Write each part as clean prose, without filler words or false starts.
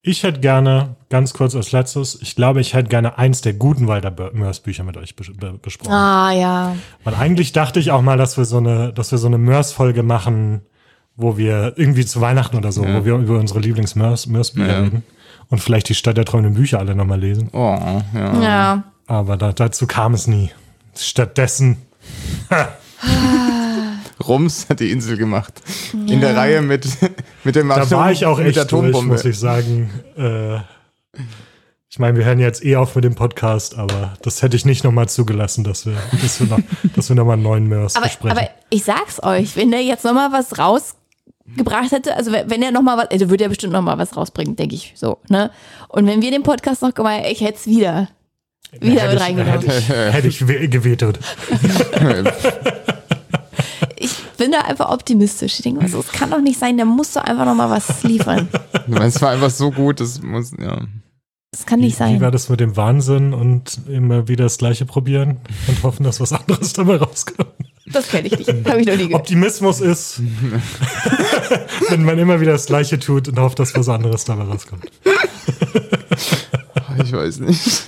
Ich hätte gerne, ganz kurz als letztes, ich glaube, ich hätte gerne eins der guten Walter Mörs-Bücher mit euch besprochen. Ah, ja. Weil eigentlich dachte ich auch mal, dass wir so eine Mörs-Folge machen, wo wir irgendwie zu Weihnachten oder so, wo wir über unsere Lieblings-Mörs-Bücher reden und vielleicht die Stadt der träumenden Bücher alle nochmal lesen. Oh, ja. Ja. Aber dazu kam es nie. Stattdessen Rums hat die Insel gemacht. Ja. In der Reihe mit dem Da war ich auch echt durch, Atombombe. muss ich sagen. Ich meine, wir hören jetzt auf mit dem Podcast, aber das hätte ich nicht nochmal zugelassen, dass wir nochmal einen neuen Mörs besprechen. Aber ich sag's euch, wenn der jetzt nochmal was rausgebracht hätte, also wenn er nochmal was, also würde er bestimmt nochmal was rausbringen, denke ich so, ne? Und wenn wir den Podcast noch gemacht hätten, ich hätte es wieder mit reingenommen. Hätte ich gewetet. Ich bin da einfach optimistisch. Ich denke, es kann doch nicht sein, der muss doch einfach nochmal was liefern. Es war einfach so gut, das muss, ja. Das kann nicht sein. Wie war das mit dem Wahnsinn und immer wieder das Gleiche probieren und hoffen, dass was anderes dabei rauskommt? Das kenne ich nicht. Habe ich noch nie gehört. Optimismus ist, wenn man immer wieder das Gleiche tut und hofft, dass was anderes dabei rauskommt. Ich weiß nicht.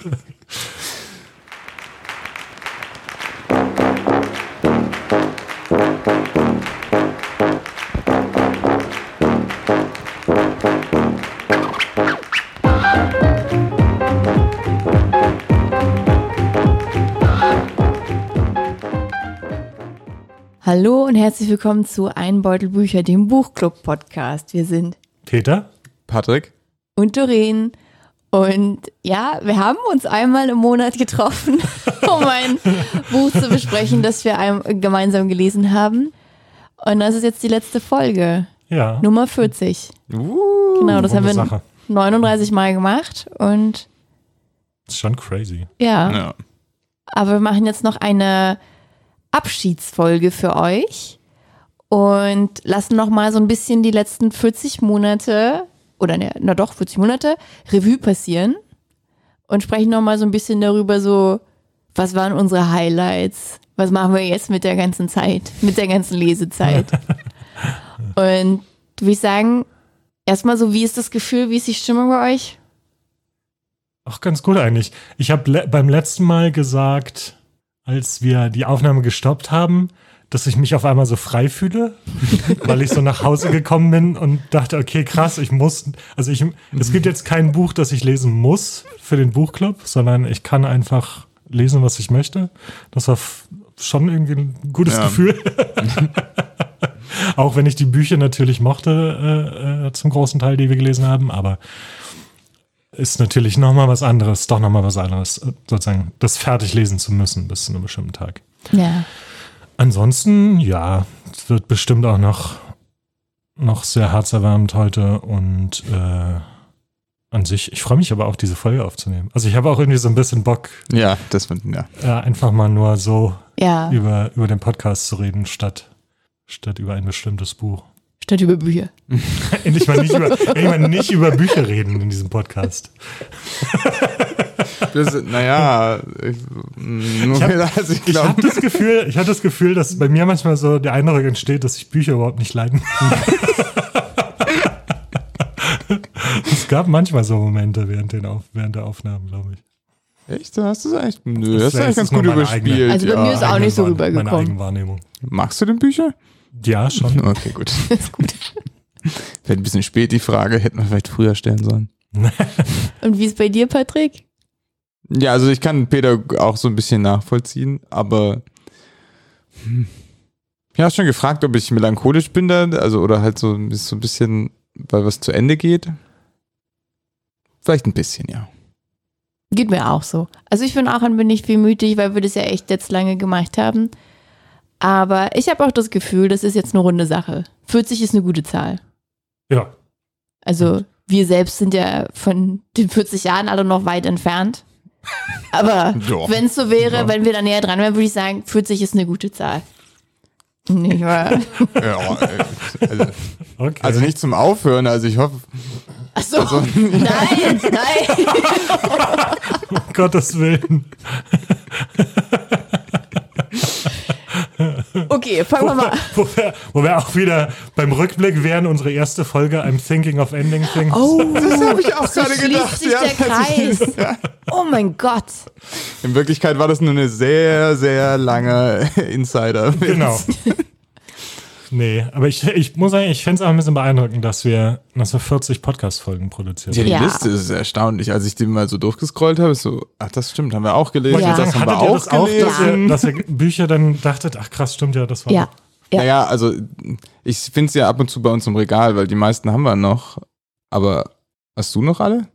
Hallo und herzlich willkommen zu Ein Beutel Bücher, dem Buchclub-Podcast. Wir sind Peter, Patrick und Doreen. Und ja, wir haben uns einmal im Monat getroffen, um ein Buch zu besprechen, das wir gemeinsam gelesen haben. Und das ist jetzt die letzte Folge. Ja. Nummer 40. Genau, das haben wir Sache. 39 Mal gemacht. Und Das ist schon crazy. ja. Aber wir machen jetzt noch eine Abschiedsfolge für euch und lassen noch mal so ein bisschen die letzten 40 Monate oder 40 Monate Revue passieren und sprechen noch mal so ein bisschen darüber, so was waren unsere Highlights, was machen wir jetzt mit der ganzen Zeit, mit der ganzen Lesezeit. Und würde ich sagen, erstmal so, wie ist das Gefühl, wie ist die Stimmung bei euch? Ach, ganz gut eigentlich. Ich habe beim letzten Mal gesagt, als wir die Aufnahme gestoppt haben, dass ich mich auf einmal so frei fühle, weil ich so nach Hause gekommen bin und dachte, okay, krass, es gibt jetzt kein Buch, das ich lesen muss für den Buchclub, sondern ich kann einfach lesen, was ich möchte. Das war schon irgendwie ein gutes Gefühl. Auch wenn ich die Bücher natürlich mochte, zum großen Teil, die wir gelesen haben, aber ist natürlich nochmal was anderes, sozusagen das fertig lesen zu müssen bis zu einem bestimmten Tag. Ja. Ansonsten, ja, es wird bestimmt auch noch sehr herzerwärmend heute und an sich, ich freue mich aber auch, diese Folge aufzunehmen. Also ich habe auch irgendwie so ein bisschen Bock, einfach mal nur so über den Podcast zu reden, statt über ein bestimmtes Buch. Statt über Bücher. Endlich mal nicht über Bücher reden in diesem Podcast. Ich habe das Gefühl, dass bei mir manchmal so der Eindruck entsteht, dass ich Bücher überhaupt nicht leiden kann. Es gab manchmal so Momente während der Aufnahmen, glaube ich. Echt? Hast du es eigentlich? Nö, das ist eigentlich ganz gut überspielt. Also bei mir ist auch nicht so rübergekommen. Meine Eigenwahrnehmung. Magst du denn Bücher? Ja, schon. Okay, gut. Das ist gut. Wäre ein bisschen spät die Frage, hätten wir vielleicht früher stellen sollen. Und wie ist bei dir, Patrick? Ja, also ich kann Peter auch so ein bisschen nachvollziehen, aber ich habe schon gefragt, ob ich melancholisch bin da, also oder halt so ein bisschen, weil was zu Ende geht. Vielleicht ein bisschen, ja. Geht mir auch so. Also ich bin auch ein wenig wehmütig, weil wir das ja echt jetzt lange gemacht haben. Aber ich habe auch das Gefühl, das ist jetzt eine runde Sache. 40 ist eine gute Zahl. Ja. Also wir selbst sind ja von den 40 Jahren alle noch weit entfernt. Aber wenn es so wäre, wenn wir da näher dran wären, würde ich sagen, 40 ist eine gute Zahl. Nicht wahr? Ja, also nicht zum Aufhören, also ich hoffe... Ach so, nein. Um Gottes Willen. Okay, Okay, fangen wir mal an. Wo wir auch wieder beim Rückblick wären, unsere erste Folge I'm Thinking of Ending Things. Oh, Das habe ich auch gerade schließt gedacht. sich der Kreis. Oh mein Gott. In Wirklichkeit war das nur eine sehr, sehr lange Insider. Genau. Nee, aber ich muss sagen, ich fände es auch ein bisschen beeindruckend, dass wir 40 Podcast-Folgen produzieren. Ja, die Ja. Liste ist erstaunlich. Als ich die mal so durchgescrollt habe, ist so, ach, das stimmt, haben wir auch gelesen. Ja. Das haben wir Hattet ihr auch das auch, gelesen. dass ihr Bücher dann dachtet, ach krass, stimmt ja, das war. Ja. Ja. Naja, also ich finde es ja ab und zu bei uns im Regal, weil die meisten haben wir noch. Aber hast du noch alle?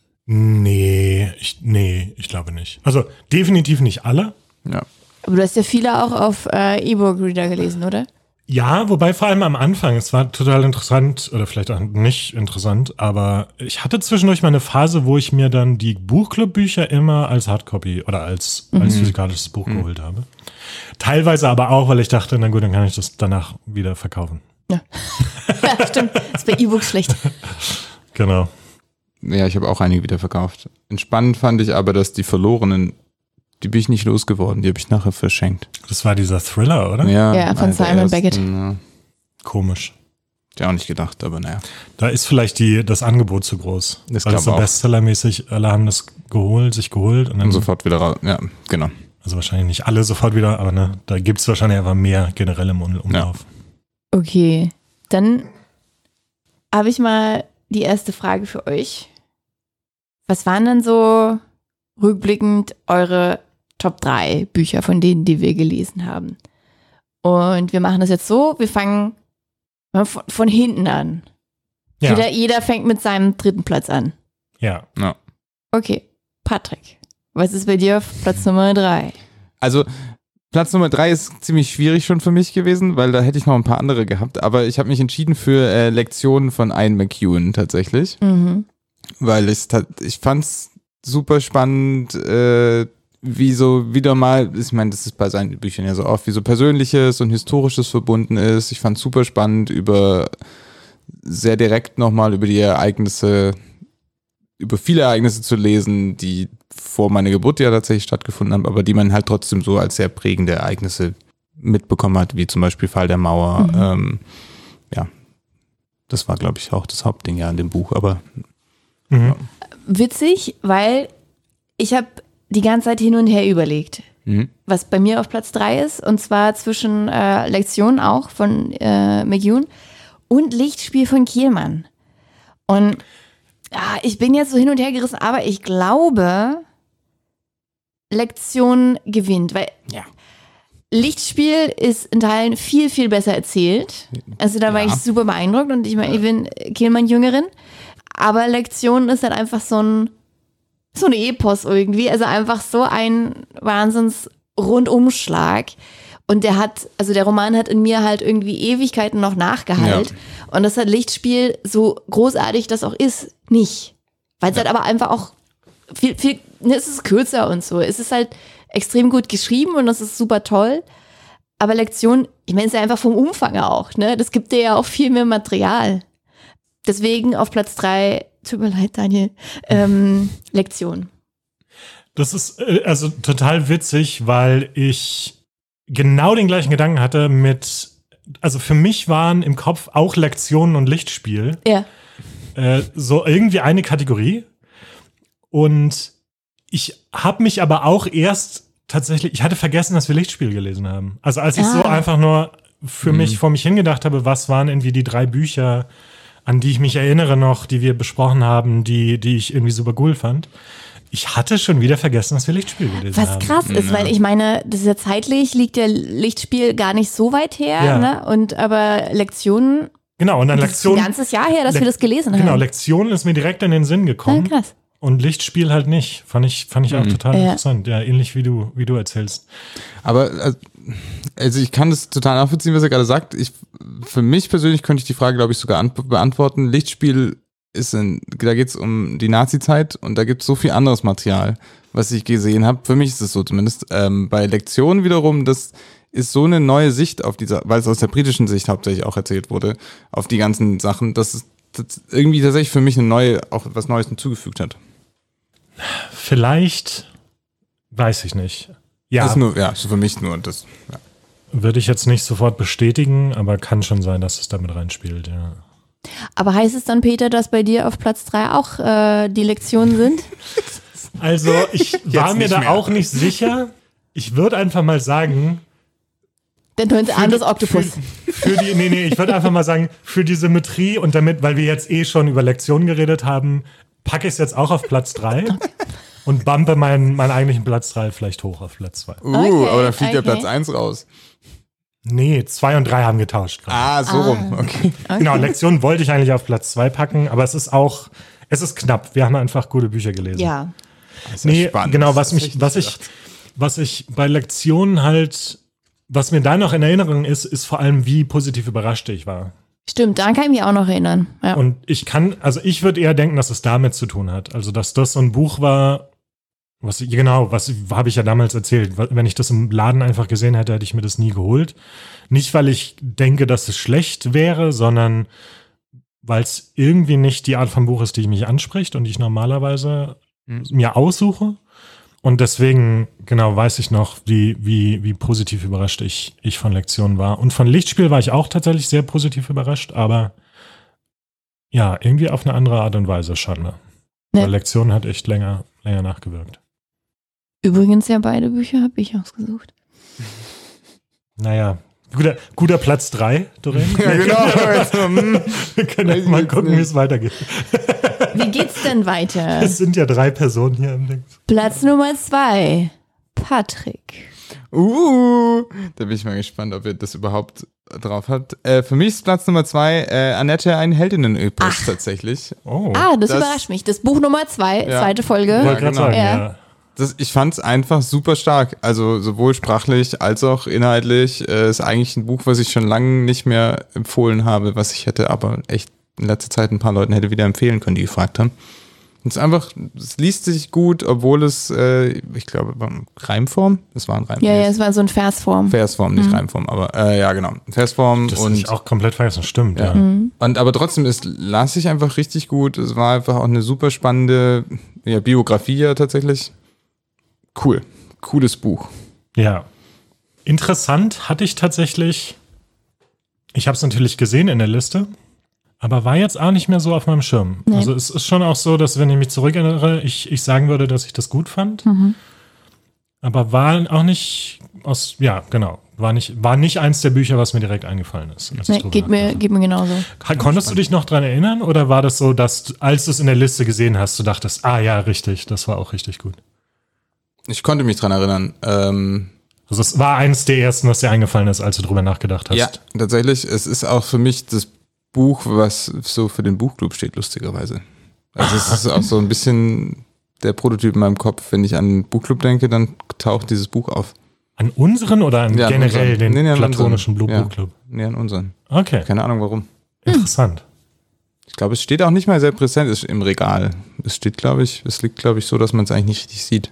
Nee, ich glaube nicht. Also definitiv nicht alle. Ja. Aber du hast ja viele auch auf E-Book-Reader gelesen, oder? Ja, wobei vor allem am Anfang, es war total interessant, oder vielleicht auch nicht interessant, aber ich hatte zwischendurch mal eine Phase, wo ich mir dann die Buchclub-Bücher immer als Hardcopy oder als physikalisches Buch geholt habe. Teilweise aber auch, weil ich dachte, na gut, dann kann ich das danach wieder verkaufen. Ja, stimmt. Ist bei E-Books schlecht. Genau. Ja, ich habe auch einige wieder verkauft. Entspannend fand ich aber, dass die verlorenen, die bin ich nicht losgeworden, die habe ich nachher verschenkt. Das war dieser Thriller, oder? Ja, von einer der Simon Beckett. Ja. Komisch. Ja, auch nicht gedacht, aber naja. Da ist vielleicht das Angebot zu groß. Das weil glaub so auch. Bestsellermäßig, alle haben das sich geholt und dann Und sofort wieder raus. Ja, genau. also wahrscheinlich nicht alle sofort wieder, aber ne, da gibt es wahrscheinlich einfach mehr generell im Umlauf. Okay, dann habe ich mal die erste Frage für euch. Was waren denn so rückblickend eure Top 3 Bücher von denen, die wir gelesen haben? Und wir machen das jetzt so, wir fangen von hinten an. Ja. Jeder fängt mit seinem dritten Platz an. Ja. Okay, Patrick, was ist bei dir auf Platz Nummer 3? Also Platz Nummer 3 ist ziemlich schwierig schon für mich gewesen, weil da hätte ich noch ein paar andere gehabt. Aber ich habe mich entschieden für Lektionen von Ian McEwan tatsächlich. Mhm. Weil ich fand's super spannend, wie so wieder mal, ich meine, das ist bei seinen Büchern ja so oft, wie so Persönliches und Historisches verbunden ist. Ich fand's super spannend, sehr direkt nochmal über die Ereignisse, über viele Ereignisse zu lesen, die vor meiner Geburt ja tatsächlich stattgefunden haben, aber die man halt trotzdem so als sehr prägende Ereignisse mitbekommen hat, wie zum Beispiel Fall der Mauer. Ja, das war, glaube ich, auch das Hauptding ja in dem Buch, aber Mhm. Witzig, weil ich habe die ganze Zeit hin und her überlegt, was bei mir auf Platz 3 ist, und zwar zwischen Lektionen auch von McEwan und Lichtspiel von Kielmann. Und ich bin jetzt so hin und her gerissen, aber ich glaube, Lektion gewinnt, weil Lichtspiel ist in Teilen viel, viel besser erzählt. Also da war ich super beeindruckt und ich meine, ich bin Kielmann-Jüngerin, aber Lektion ist halt einfach so ein Epos irgendwie, also einfach so ein Wahnsinns-Rundumschlag. Und der Roman hat in mir halt irgendwie Ewigkeiten noch nachgehallt. Ja. Und das hat Lichtspiel, so großartig das auch ist, nicht. Weil es halt aber einfach auch viel, es ist kürzer und so. Es ist halt extrem gut geschrieben und das ist super toll. Aber Lektion, ich meine, es ist ja einfach vom Umfang auch, ne? Das gibt dir ja auch viel mehr Material. Deswegen auf Platz 3, tut mir leid, Daniel, Lektion. Das ist also total witzig, weil ich genau den gleichen Gedanken hatte also für mich waren im Kopf auch Lektionen und Lichtspiel so irgendwie eine Kategorie. Und ich habe mich aber auch erst tatsächlich, ich hatte vergessen, dass wir Lichtspiel gelesen haben. Also als ich so einfach nur für mich vor mich hingedacht habe, was waren irgendwie die 3 Bücher, an die ich mich erinnere noch, die wir besprochen haben, die ich irgendwie super cool fand. Ich hatte schon wieder vergessen, dass wir Lichtspiel gelesen haben. Was krass ist, weil ich meine, das ist ja zeitlich, liegt der Lichtspiel gar nicht so weit her, ne? Aber Lektionen, genau, und dann das ist ein ganzes Jahr her, dass wir das gelesen haben. Genau, Lektionen ist mir direkt in den Sinn gekommen. Ja, krass. Und Lichtspiel halt nicht. Fand ich auch total interessant. Ja, ähnlich wie du erzählst. Aber also ich kann das total nachvollziehen, was er gerade sagt. Für mich persönlich könnte ich die Frage, glaube ich, sogar beantworten. Lichtspiel da geht es um die Nazi-Zeit und da gibt es so viel anderes Material, was ich gesehen habe. Für mich ist es so zumindest. Bei Lektionen wiederum, das ist so eine neue Sicht auf weil es aus der britischen Sicht hauptsächlich auch erzählt wurde, auf die ganzen Sachen, dass es irgendwie tatsächlich für mich auch was Neues hinzugefügt hat. Vielleicht, weiß ich nicht. Ja. Das ist nur, so für mich nur das. Ja. würde ich jetzt nicht sofort bestätigen, aber kann schon sein, dass es damit reinspielt, ja. Aber heißt es dann, Peter, dass bei dir auf Platz 3 auch die Lektionen sind? Also ich war mir nicht da mehr. auch nicht sicher. Ich würde einfach mal sagen, Der 9. Arm des Oktopus. ich würde einfach mal sagen, für die Symmetrie und damit, weil wir jetzt schon über Lektionen geredet haben, packe ich es jetzt auch auf Platz 3 und bumpe meinen eigentlichen Platz 3 vielleicht hoch auf Platz 2. Okay, aber da fliegt ja okay. Platz 1 raus. Nee, 2 und 3 haben getauscht gerade. Ah, so rum. Okay. Genau, Lektionen wollte ich eigentlich auf Platz 2 packen, aber es ist knapp. Wir haben einfach gute Bücher gelesen. Ja. Das ist ja Nee, spannend. genau, Das ist richtig gedacht. was ich bei Lektionen halt, was mir da noch in Erinnerung ist vor allem, wie positiv überrascht ich war. Stimmt, daran kann ich mich auch noch erinnern. Ja. Und ich würde eher denken, dass es damit zu tun hat. Also, dass das so ein Buch war, was habe ich ja damals erzählt. Wenn ich das im Laden einfach gesehen hätte, hätte ich mir das nie geholt. Nicht, weil ich denke, dass es schlecht wäre, sondern weil es irgendwie nicht die Art von Buch ist, die mich anspricht und die ich normalerweise mir aussuche. Und deswegen, genau, weiß ich noch, wie positiv überrascht ich von Lektionen war. Und von Lichtspiel war ich auch tatsächlich sehr positiv überrascht, aber ja, irgendwie auf eine andere Art und Weise scheinbar. Ja. Weil Lektionen hat echt länger nachgewirkt. Übrigens ja beide Bücher habe ich ausgesucht. Naja, guter Platz 3, Doreen. Ja, genau. Wir können ja mal gucken, wie es weitergeht. Wie geht's denn weiter? Es sind ja 3 Personen hier im Ding. Platz Nummer 2. Patrick. Da bin ich mal gespannt, ob ihr das überhaupt drauf habt. Für mich ist Platz Nummer 2 Annette, ein Heldinnen-Epos tatsächlich. Oh, Das überrascht mich. Das Buch Nummer 2, Ja. zweite Folge. wollte gerade genau. sagen, Ja. ja. Ich fand es einfach super stark. Also sowohl sprachlich als auch inhaltlich. Ist eigentlich ein Buch, was ich schon lange nicht mehr empfohlen habe, was ich hätte aber echt in letzter Zeit ein paar Leuten hätte wieder empfehlen können, die gefragt haben. Und es ist einfach, es liest sich gut, obwohl es, ich glaube, war Reimform? Es war ein Reimform. Ja, es war so ein Versform. Versform, nicht Reimform, aber ja, genau. Versform Das habe ich und auch komplett vergessen, stimmt. Ja. Ja. Und aber trotzdem, es las sich einfach richtig gut. Es war einfach auch eine super spannende Biografie ja tatsächlich. Cool. Cooles Buch. Ja. Interessant hatte ich tatsächlich, ich habe es natürlich gesehen in der Liste, aber war jetzt auch nicht mehr so auf meinem Schirm. Nee. Also es ist schon auch so, dass wenn ich mich zurückerinnere, ich sagen würde, dass ich das gut fand. Aber war auch nicht war nicht eins der Bücher, was mir direkt eingefallen ist. als ich Nee, drüber geht mir genauso. Konntest du dich noch dran erinnern oder war das so, dass als du es in der Liste gesehen hast, du dachtest, ja, richtig, das war auch richtig gut? Ich konnte mich dran erinnern. Also es war eins der ersten, was dir eingefallen ist, als du drüber nachgedacht hast. Ja, tatsächlich. Es ist auch für mich das Buch, was so für den Buchclub steht, lustigerweise. Also es ist auch so ein bisschen der Prototyp in meinem Kopf. Wenn ich an den Buchclub denke, dann taucht dieses Buch auf. An unseren oder an Ja, an generell unseren. den Nee, an platonischen unseren. Blue Book Club? Nee, an unseren. Okay, Keine Ahnung warum. interessant. Ich glaube, es steht auch nicht mal sehr präsent im Regal. Es liegt, glaube ich, so, dass man es eigentlich nicht richtig sieht.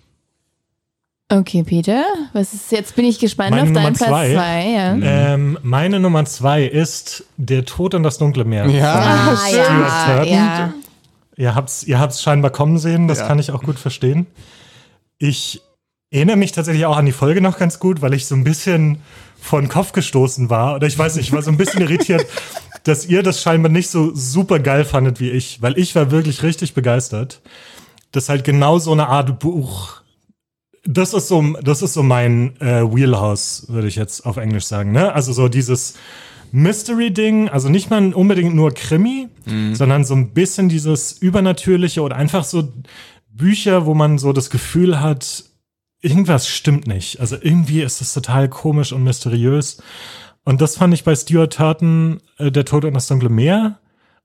Okay, Peter, jetzt bin ich gespannt Meine auf deinen Nummer Platz 2. 2. Ja. Meine Nummer 2 ist Der Tod und das dunkle Meer. Ja. von Stuart Turton. ja. Ihr habt's scheinbar kommen sehen, das Ja. kann ich auch gut verstehen. Ich erinnere mich tatsächlich auch an die Folge noch ganz gut, weil ich so ein bisschen vor den Kopf gestoßen war. Oder ich weiß nicht, ich war so ein bisschen irritiert, dass ihr das scheinbar nicht so super geil fandet wie ich. Weil ich war wirklich richtig begeistert. Das ist halt genau so eine Art Buch. Das ist so mein Wheelhouse, würde ich jetzt auf Englisch sagen. Ne? Also so dieses Mystery-Ding, also nicht mal unbedingt nur Krimi, sondern so ein bisschen dieses Übernatürliche oder einfach so Bücher, wo man so das Gefühl hat, irgendwas stimmt nicht. Also irgendwie ist das total komisch und mysteriös. Und das fand ich bei Stuart Turton, Der Tod und das dunkle Meer,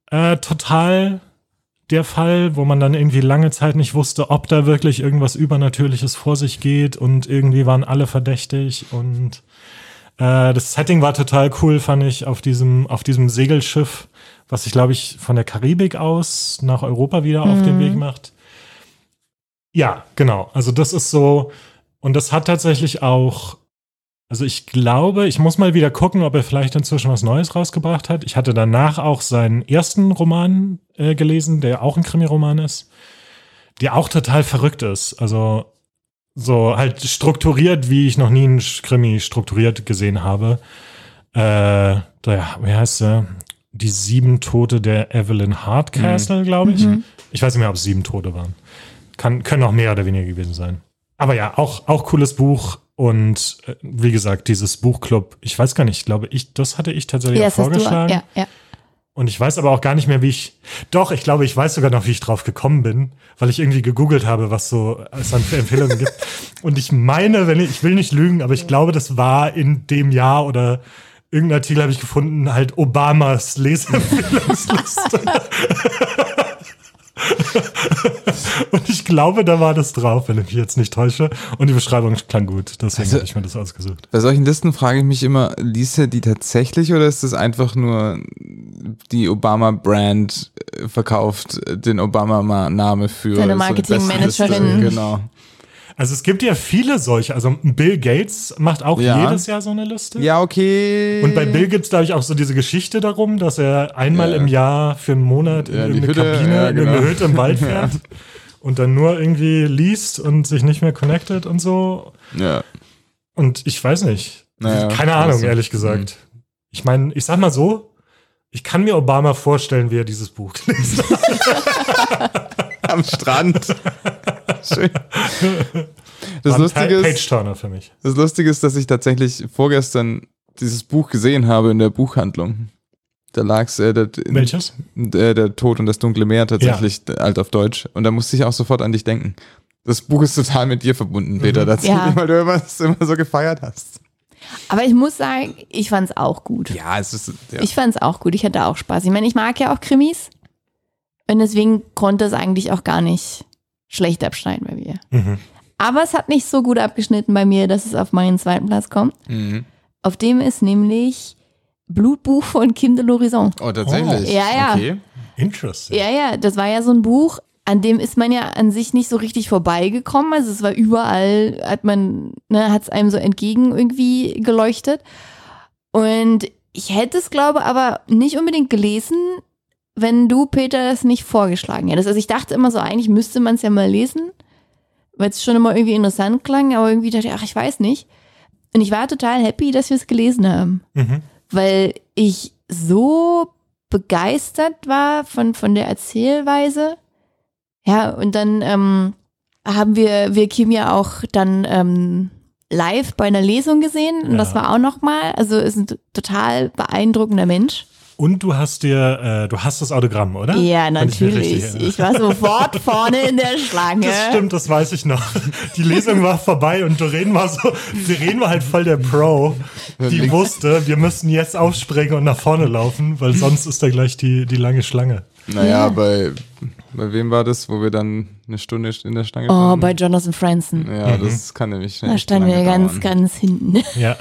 total der Fall, wo man dann irgendwie lange Zeit nicht wusste, ob da wirklich irgendwas Übernatürliches vor sich geht und irgendwie waren alle verdächtig und das Setting war total cool, fand ich, auf diesem Segelschiff, was sich, glaube ich, von der Karibik aus nach Europa wieder auf den Weg macht. Ja, genau. Also das ist so, und das hat tatsächlich auch, also ich glaube, ich muss mal wieder gucken, ob er vielleicht inzwischen was Neues rausgebracht hat. Ich hatte danach auch seinen ersten Roman gelesen, der auch ein Krimi-Roman ist, der auch total verrückt ist. Also so halt strukturiert, wie ich noch nie einen Krimi strukturiert gesehen habe. Wie heißt sie? Die 7 Tote der Evelyn Hardcastle, glaube ich. Ich weiß nicht mehr, ob es 7 Tote waren. Können auch mehr oder weniger gewesen sein. Aber ja, auch cooles Buch. Und wie gesagt, dieses Buchclub, ich weiß gar nicht, das hatte ich tatsächlich auch vorgeschlagen. Ja. Und ich weiß aber auch gar nicht mehr, ich glaube, ich weiß sogar noch, wie ich drauf gekommen bin, weil ich irgendwie gegoogelt habe, was so es an Empfehlungen gibt. Und ich meine, ich will nicht lügen, aber ich glaube, das war in dem Jahr oder irgendein Artikel habe ich gefunden, halt Obamas Leseempfehlungsliste. Und ich glaube, da war das drauf, wenn ich mich jetzt nicht täusche. Und die Beschreibung klang gut, deswegen habe ich mir das ausgesucht. Bei solchen Listen frage ich mich immer, liest er die tatsächlich oder ist das einfach nur die Obama-Brand verkauft den Obama-Name für seine Marketingmanagerin? Genau. Also es gibt ja viele solche, also Bill Gates macht auch jedes Jahr so eine Liste. Ja, okay. Und bei Bill gibt es, glaube ich, auch so diese Geschichte darum, dass er einmal im Jahr für einen Monat in irgendeine Kabine, in eine Hütte im Wald fährt und dann nur irgendwie liest und sich nicht mehr connected und so. Ja. Und ich weiß nicht. Keine Ahnung, ehrlich gesagt. Ich meine, ich sag mal so, ich kann mir Obama vorstellen, wie er dieses Buch gelesen hat. Am Strand. Schön. Das Page-Turner für mich. Das Lustige ist, dass ich tatsächlich vorgestern dieses Buch gesehen habe in der Buchhandlung. Da lag es. Welches? Der Tod und das dunkle Meer tatsächlich, alt auf Deutsch. Und da musste ich auch sofort an dich denken. Das Buch ist total mit dir verbunden, Peter, weil du immer so gefeiert hast. Aber ich muss sagen, ich fand es auch gut. Ja, es ist. Ja. Ich fand es auch gut. Ich hatte auch Spaß. Ich meine, ich mag ja auch Krimis. Und deswegen konnte es eigentlich auch gar nicht schlecht abschneiden bei mir. Aber es hat nicht so gut abgeschnitten bei mir, dass es auf meinen 2. Platz kommt. Auf dem ist nämlich Blutbuch von Kim de l'Horizon. Oh, tatsächlich? Ja. Okay. Interesting. Ja, das war ja so ein Buch, an dem ist man ja an sich nicht so richtig vorbeigekommen. Also es war überall, hat es einem so entgegen irgendwie geleuchtet. Und ich hätte es, glaube aber nicht unbedingt gelesen, wenn du, Peter, das nicht vorgeschlagen hättest. Also ich dachte immer so, eigentlich müsste man es ja mal lesen, weil es schon immer irgendwie interessant klang, aber irgendwie dachte ich, ich weiß nicht. Und ich war total happy, dass wir es gelesen haben. Weil ich so begeistert war von der Erzählweise. Ja, und dann haben wir Kim ja auch dann live bei einer Lesung gesehen. Und das war auch nochmal, also ist ein total beeindruckender Mensch. Und du hast das Autogramm, oder? Ja, natürlich. Ich war sofort vorne in der Schlange. Das stimmt, das weiß ich noch. Die Lesung war vorbei und Doreen war halt voll der Pro. Die wusste, wir müssen jetzt aufspringen und nach vorne laufen, weil sonst ist da gleich die lange Schlange. Naja, bei wem war das, wo wir dann eine Stunde in der Schlange standen? Oh, bei Jonathan Franzen. Ja, das kann nämlich schnell. Da standen wir ganz hinten. Ja.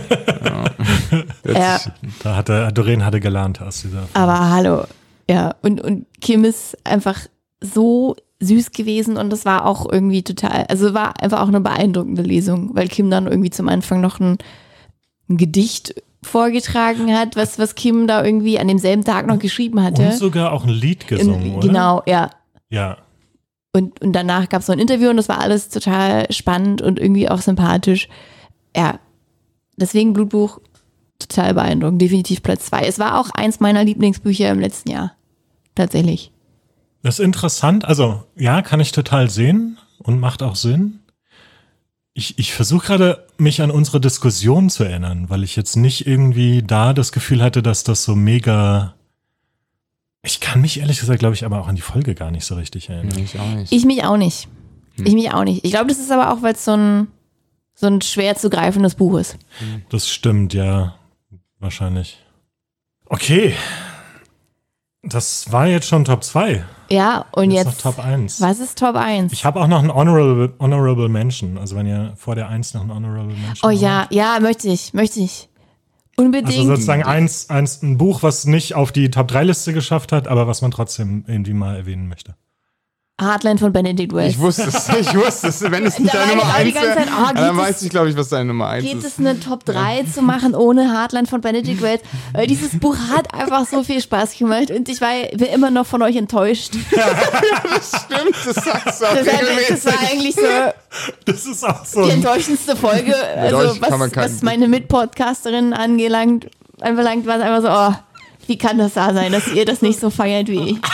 Doreen hatte gelernt aus dieser Folge. Aber hallo. Ja, und Kim ist einfach so süß gewesen und das war auch irgendwie war einfach auch eine beeindruckende Lesung, weil Kim dann irgendwie zum Anfang noch ein Gedicht vorgetragen hat, was Kim da irgendwie an demselben Tag noch geschrieben hatte. Und sogar auch ein Lied gesungen, oder? Genau, ja. Ja. Und danach gab es so ein Interview und das war alles total spannend und irgendwie auch sympathisch. Ja, deswegen Blutbuch total beeindruckend, definitiv Platz 2. Es war auch eins meiner Lieblingsbücher im letzten Jahr, tatsächlich. Das ist interessant, also ja, kann ich total sehen und macht auch Sinn. Ich versuche gerade, mich an unsere Diskussion zu erinnern, weil ich jetzt nicht irgendwie da das Gefühl hatte, dass das so mega. Ich kann mich ehrlich gesagt, glaube ich, aber auch an die Folge gar nicht so richtig erinnern. Ich auch nicht. Ich mich auch nicht. Ich glaube, das ist aber auch, weil es so ein schwer zu greifendes Buch ist. Das stimmt, ja. Wahrscheinlich. Okay. Das war jetzt schon Top 2. Ja, und jetzt noch Top 1. Was ist Top 1? Ich habe auch noch einen Honorable Mention. Also wenn ihr vor der 1 noch einen Honorable Mention habt. Ja, möchte ich. Unbedingt. Also sozusagen ein Buch, was nicht auf die Top 3 Liste geschafft hat, aber was man trotzdem irgendwie mal erwähnen möchte. Hardline von Benedict Wells. Ich wusste es. Wenn es nicht Da deine war Nummer ich auch die 1 ganze wäre, Zeit, dann weiß ich, glaube ich, was deine Nummer 1 Geht ist. es, eine Top 3 zu machen ohne Hardline von Benedict Wells? Weil dieses Buch hat einfach so viel Spaß gemacht und ich bin immer noch von euch enttäuscht. Stimmt, das sagst du auch Das regelmäßig. war eigentlich so Das ist auch so. die enttäuschendste Folge. Also euch kann man was meine Mitpodcasterinnen anbelangt, war es einfach so, oh, wie kann das da sein, dass ihr das nicht so feiert wie ich?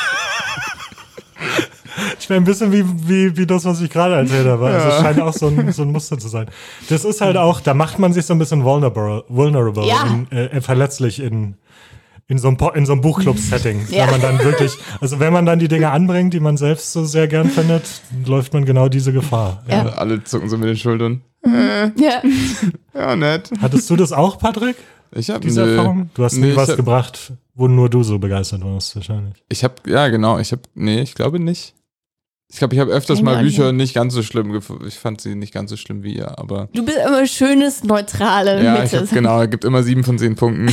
Ich wäre ein bisschen wie das, was ich gerade erzählt habe. Also es scheint auch so ein Muster zu sein. Das ist halt auch, da macht man sich so ein bisschen vulnerable Ja. verletzlich in so einem Buchclub-Setting. Ja. Wenn man dann wirklich, also wenn man dann die Dinge anbringt, die man selbst so sehr gern findet, läuft man genau diese Gefahr. Ja. Alle zucken so mit den Schultern. Ja. Ja, nett. Hattest du das auch, Patrick? Ich habe Diese Erfahrung? Du hast nie was gebracht, wo nur du so begeistert warst, wahrscheinlich. Ich glaube nicht. Ich glaube, ich habe öfters mal Bücher nicht ganz so schlimm gefunden. Ich fand sie nicht ganz so schlimm wie ihr, aber. Du bist immer schönes, neutrale Ja, Mitte. genau, es gibt immer 7 von 10 Punkten.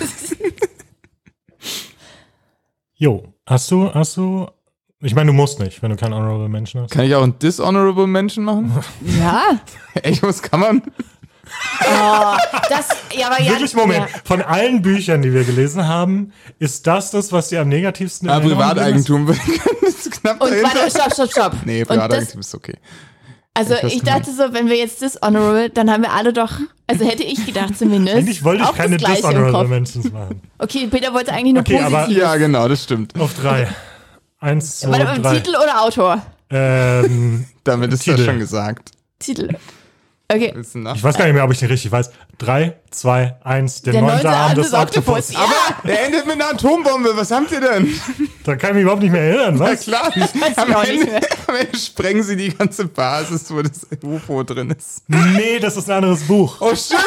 Jo, hast du, ich meine, du musst nicht, wenn du keinen Honorable Mention hast. Kann ich auch einen Dishonorable Mention machen? Ja. Echt, was kann man? Oh, aber ja. Wirklich, Moment, Ja. von allen Büchern, die wir gelesen haben, ist das, was dir am negativsten in Erinnerung Privateigentum. Das ist knapp Und dahinter. warte, stopp. Nee, Und das, Privateigentum ist okay. also Ich weiß ich dachte so, wenn wir jetzt Dishonorable, dann haben wir alle doch, also hätte ich gedacht zumindest. Eigentlich wollte ich auch keine das Gleiche im Dishonorable Kopf. Mentions machen. Okay, Peter wollte eigentlich nur Okay, aber- positiv. Ja, genau, das stimmt. Auf 3. 1, 2, Warte, 3. Titel oder Autor? Damit ist Titel. das schon gesagt. Titel. Okay. Willst du nach? Ich weiß gar nicht mehr, ob ich den richtig weiß. 3, 2, 1, der 9. Arm des Oktopus. Ja, Der endet mit einer Atombombe, was habt ihr denn? Da kann ich mich überhaupt nicht mehr erinnern, Na was? klar, weiß am ich auch nicht Ende, mehr. am Ende sprengen sie die ganze Basis, wo das UFO drin ist. Nee, das ist ein anderes Buch. Oh, stimmt.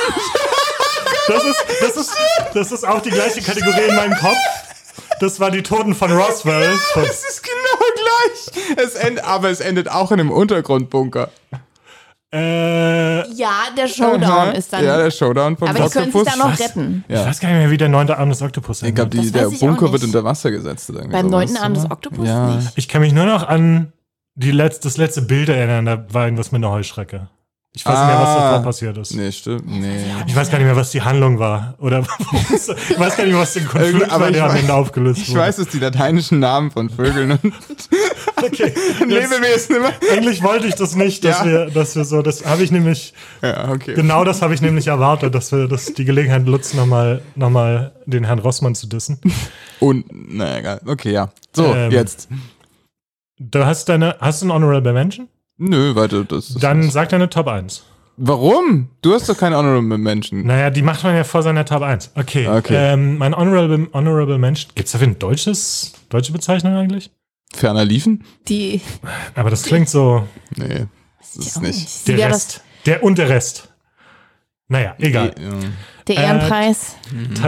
Das ist auch die gleiche Kategorie in meinem Kopf. Das war die Toten von Roswell. Es ist genau gleich. Aber es endet auch in einem Untergrundbunker. Ja, der Showdown ist dann. Ja, der Showdown vom aber die können sich Oktopus. da noch Was? retten. Ich weiß gar nicht mehr, wie der 9. Arm des Oktopus Ich glaube, endet. Das der weiß ich auch Bunker nicht. wird unter Wasser gesetzt. Oder irgendwie Beim sowas, 9. Arm des oder? Oktopus Ja. nicht. Ich kann mich nur noch an das letzte Bild erinnern, da war irgendwas mit einer Heuschrecke. Ich weiß nicht mehr, was davor passiert ist. Nee, stimmt. Nee. Ich weiß gar nicht mehr, was die Handlung war. Oder ich weiß gar nicht mehr, was den Konflikt Aber war, ich der am weiß- Ende aufgelöst Ich wurde. weiß es, die lateinischen Namen von Vögeln und Okay. Lebewesen immer. Eigentlich wollte ich das nicht, dass Ja. wir so, das habe ich nämlich, Ja, okay. genau das habe ich nämlich erwartet, dass wir die Gelegenheit nutzen, nochmal den Herrn Rossmann zu dissen. Und, naja, egal. Okay, ja. So, jetzt. Du hast du einen Honorable Mention? Nö, weiter. Das ist Dann sag deine Top 1. Warum? Du hast doch keine Honorable Menschen. Naja, die macht man ja vor seiner Top 1. Okay. Okay. Mein Honorable Mention, gibt's dafür eine deutsche Bezeichnung eigentlich? Ferner liefen? Die. Aber das klingt so, Nee, das ist nicht. Sie der wäre Rest. Der und der Rest. Naja, egal. Ja. der Ehrenpreis.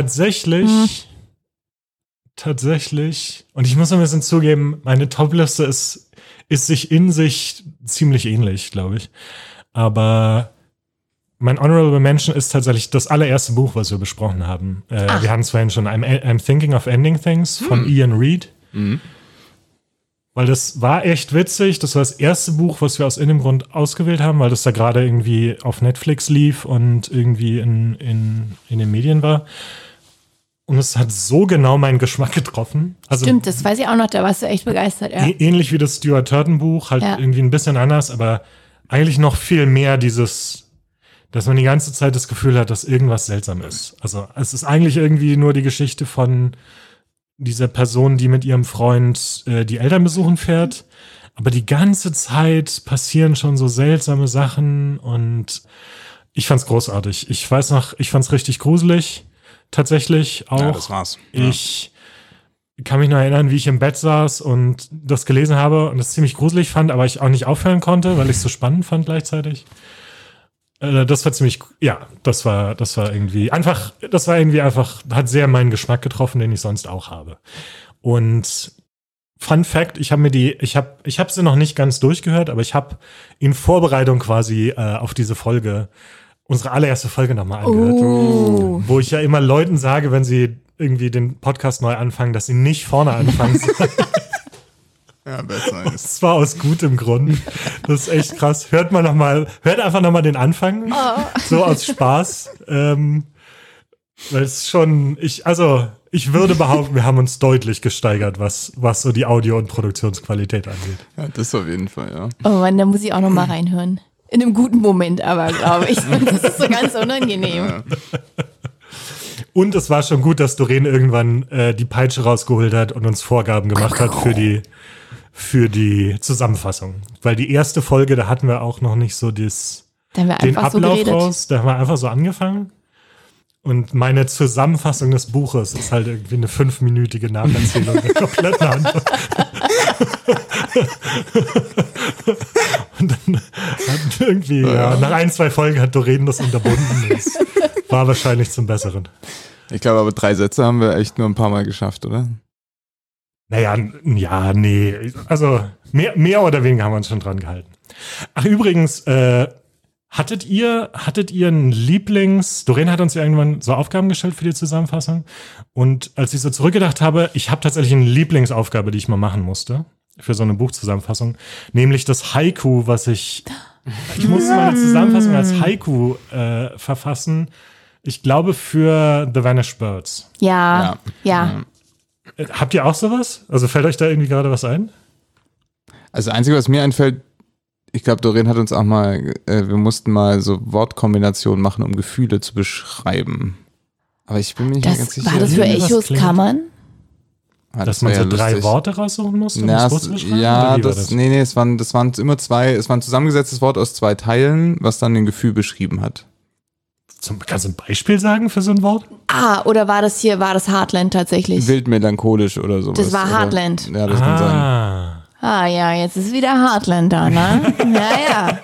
Tatsächlich, und ich muss ein bisschen zugeben, meine Top-Liste ist sich in sich ziemlich ähnlich, glaube ich. Aber mein Honorable Mention ist tatsächlich das allererste Buch, was wir besprochen haben. Wir hatten es vorhin schon, I'm Thinking of Ending Things von Ian Reid. Weil das war echt witzig. Das war das erste Buch, was wir aus irgendeinem Grund ausgewählt haben, weil das da gerade irgendwie auf Netflix lief und irgendwie in den Medien war. Und es hat so genau meinen Geschmack getroffen. Also Stimmt, das weiß ich auch noch, da warst du echt begeistert. Ja. ähnlich wie das Stuart Turton Buch, halt Ja. irgendwie ein bisschen anders, aber eigentlich noch viel mehr dieses, dass man die ganze Zeit das Gefühl hat, dass irgendwas seltsam ist. Also es ist eigentlich irgendwie nur die Geschichte von dieser Person, die mit ihrem Freund die Eltern besuchen fährt. Aber die ganze Zeit passieren schon so seltsame Sachen und ich fand's großartig. Ich weiß noch, ich fand's richtig gruselig. Tatsächlich auch. Ja, das war's. Ich kann mich noch erinnern, wie ich im Bett saß und das gelesen habe und es ziemlich gruselig fand, aber ich auch nicht aufhören konnte, weil ich es so spannend fand gleichzeitig. Das war ziemlich, ja, das war irgendwie einfach, hat sehr meinen Geschmack getroffen, den ich sonst auch habe. Und Fun Fact, ich habe sie noch nicht ganz durchgehört, aber ich habe in Vorbereitung quasi auf diese Folge, unsere allererste Folge nochmal angehört, wo ich ja immer Leuten sage, wenn sie irgendwie den Podcast neu anfangen, dass sie nicht vorne anfangen. Ja, besser ist. Das war aus gutem Grund. Das ist echt krass. Hört einfach nochmal den Anfang. So aus Spaß. Weil es schon, ich würde behaupten, wir haben uns deutlich gesteigert, was so die Audio- und Produktionsqualität angeht. Ja, das auf jeden Fall, ja. Oh Mann, da muss ich auch noch mal reinhören. In einem guten Moment aber, glaube ich. Das ist so ganz unangenehm. Ja. Und es war schon gut, dass Doreen irgendwann die Peitsche rausgeholt hat und uns Vorgaben gemacht hat für die Zusammenfassung. Weil die erste Folge, da hatten wir auch noch nicht so den Ablauf raus. Da haben wir einfach so angefangen. Und meine Zusammenfassung des Buches ist halt irgendwie eine 5-minütige Nacherzählung der kompletten Handlung. Und dann hat irgendwie, nach 1-2 Folgen hat Doreen das unterbunden. Das war wahrscheinlich zum Besseren. Ich glaube aber 3 Sätze haben wir echt nur ein paar Mal geschafft, oder? Naja, ja, nee. Also mehr oder weniger haben wir uns schon dran gehalten. Ach, übrigens, hattet ihr einen Doreen hat uns ja irgendwann so Aufgaben gestellt für die Zusammenfassung. Und als ich so zurückgedacht habe, ich habe tatsächlich eine Lieblingsaufgabe, die ich mal machen musste für so eine Buchzusammenfassung. Nämlich das Haiku, ich musste meine Zusammenfassung als Haiku verfassen. Ich glaube für The Vanished Birds. Ja. Habt ihr auch sowas? Also fällt euch da irgendwie gerade was ein? Also das Einzige, was mir einfällt, ich glaube, Doreen hat uns auch mal, wir mussten mal so Wortkombinationen machen, um Gefühle zu beschreiben. Aber ich bin mir nicht mehr ganz sicher. War das für Echos Kammern? Dass man so 3 Worte raussuchen musste, um das zu beschreiben? Ja, das waren immer 2, es war ein zusammengesetztes Wort aus 2 Teilen, was dann ein Gefühl beschrieben hat. Kannst du ein Beispiel sagen für so ein Wort? Oder war das Heartland tatsächlich? Wild melancholisch oder sowas. Das war Heartland. Ja, das kann sein. Ja, jetzt ist wieder Heartland da, ne? Ja.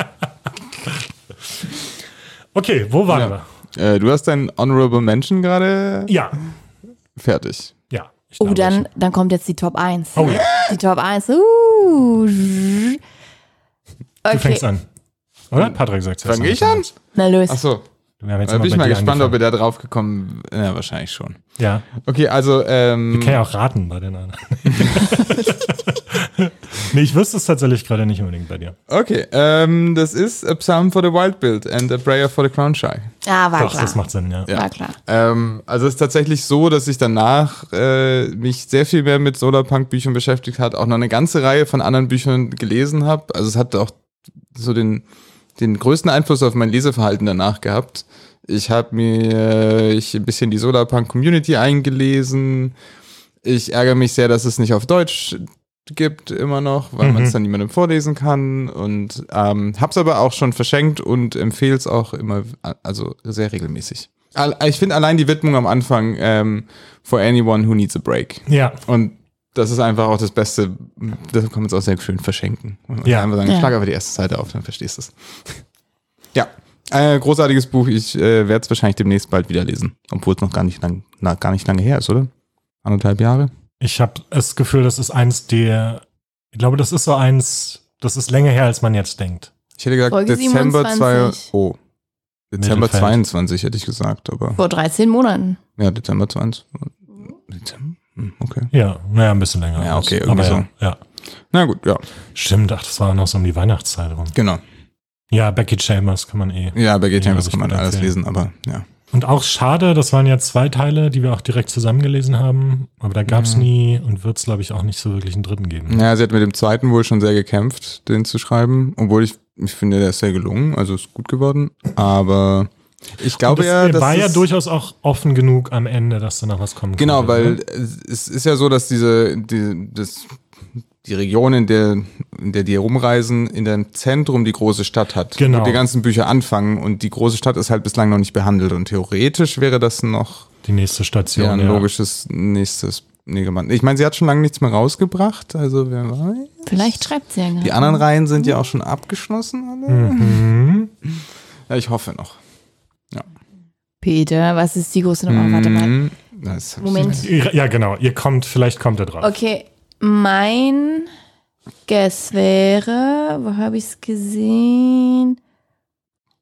Okay, wo waren wir? Du hast dein Honorable Mention gerade fertig. Ja. Dann kommt jetzt die Top 1. Oh ja. Die Top 1. Okay. Du fängst an. Oder? Patrick sagt es. Fange ich an? Na los. Achso. Da bin ich mal gespannt, ob ihr da drauf gekommen. Ja, wahrscheinlich schon. Ja. Okay, also. Wir können ja auch raten bei den anderen. Nee, ich wüsste es tatsächlich gerade nicht unbedingt bei dir. Okay, das ist A Psalm for the Wild Build and A Prayer for the Crown Shy. Ja, war klar. Das macht Sinn, ja. War klar. Also es ist tatsächlich so, dass ich danach mich sehr viel mehr mit Solarpunk-Büchern beschäftigt habe, auch noch eine ganze Reihe von anderen Büchern gelesen habe. Also es hat auch so den größten Einfluss auf mein Leseverhalten danach gehabt. Ich habe mir ein bisschen die Solarpunk-Community eingelesen. Ich ärgere mich sehr, dass es nicht auf Deutsch gibt immer noch, weil man es dann niemandem vorlesen kann und hab's aber auch schon verschenkt und empfehle es auch immer, also sehr regelmäßig. Ich finde allein die Widmung am Anfang for anyone who needs a break. Ja. Und das ist einfach auch das Beste, das kann man es auch sehr schön verschenken. Man kann einfach sagen, schlag aber die erste Seite auf, dann verstehst du es. Ja, großartiges Buch, ich werde es wahrscheinlich demnächst bald wieder lesen, obwohl es noch gar nicht lange her ist, oder? 1,5 Jahre? Ich habe das Gefühl, das ist ich glaube, das ist so das ist länger her, als man jetzt denkt. Ich hätte gesagt Folge Dezember 27. 22 hätte ich gesagt, aber. Vor 13 Monaten. Ja, Dezember 20. Dezember? Okay. Ja, naja, ein bisschen länger. Ja, okay, irgendwie so. Ja. Na gut, ja. Stimmt, das war noch so um die Weihnachtszeit rum. Genau. Ja, Becky Chambers kann man Ja, Becky Chambers kann man alles lesen, aber ja. Und auch schade, das waren ja 2 Teile, die wir auch direkt zusammengelesen haben, aber da gab es nie und wird es, glaube ich, auch nicht so wirklich einen dritten geben. Ja, sie hat mit dem zweiten wohl schon sehr gekämpft, den zu schreiben, obwohl ich finde, der ist sehr gelungen, also ist gut geworden, aber ich glaube das war ja durchaus auch offen genug am Ende, dass da noch was kommen genau, konnte. Genau, weil es ist ja so, dass die Region, in der die herumreisen, in dem Zentrum die große Stadt hat. Genau. Wo die ganzen Bücher anfangen und die große Stadt ist halt bislang noch nicht behandelt und theoretisch wäre das noch die nächste Station. Ja, ein logisches nächstes. Ich meine, sie hat schon lange nichts mehr rausgebracht, also wer weiß. Vielleicht schreibt sie ja gerade. Die anderen Reihen sind ja auch schon abgeschlossen alle. Ja, ich hoffe noch. Ja. Peter, was ist die große Nummer? Warte mal. Moment. Ja, genau. Vielleicht kommt er drauf. Okay. Mein Guess wäre, wo habe ich es gesehen?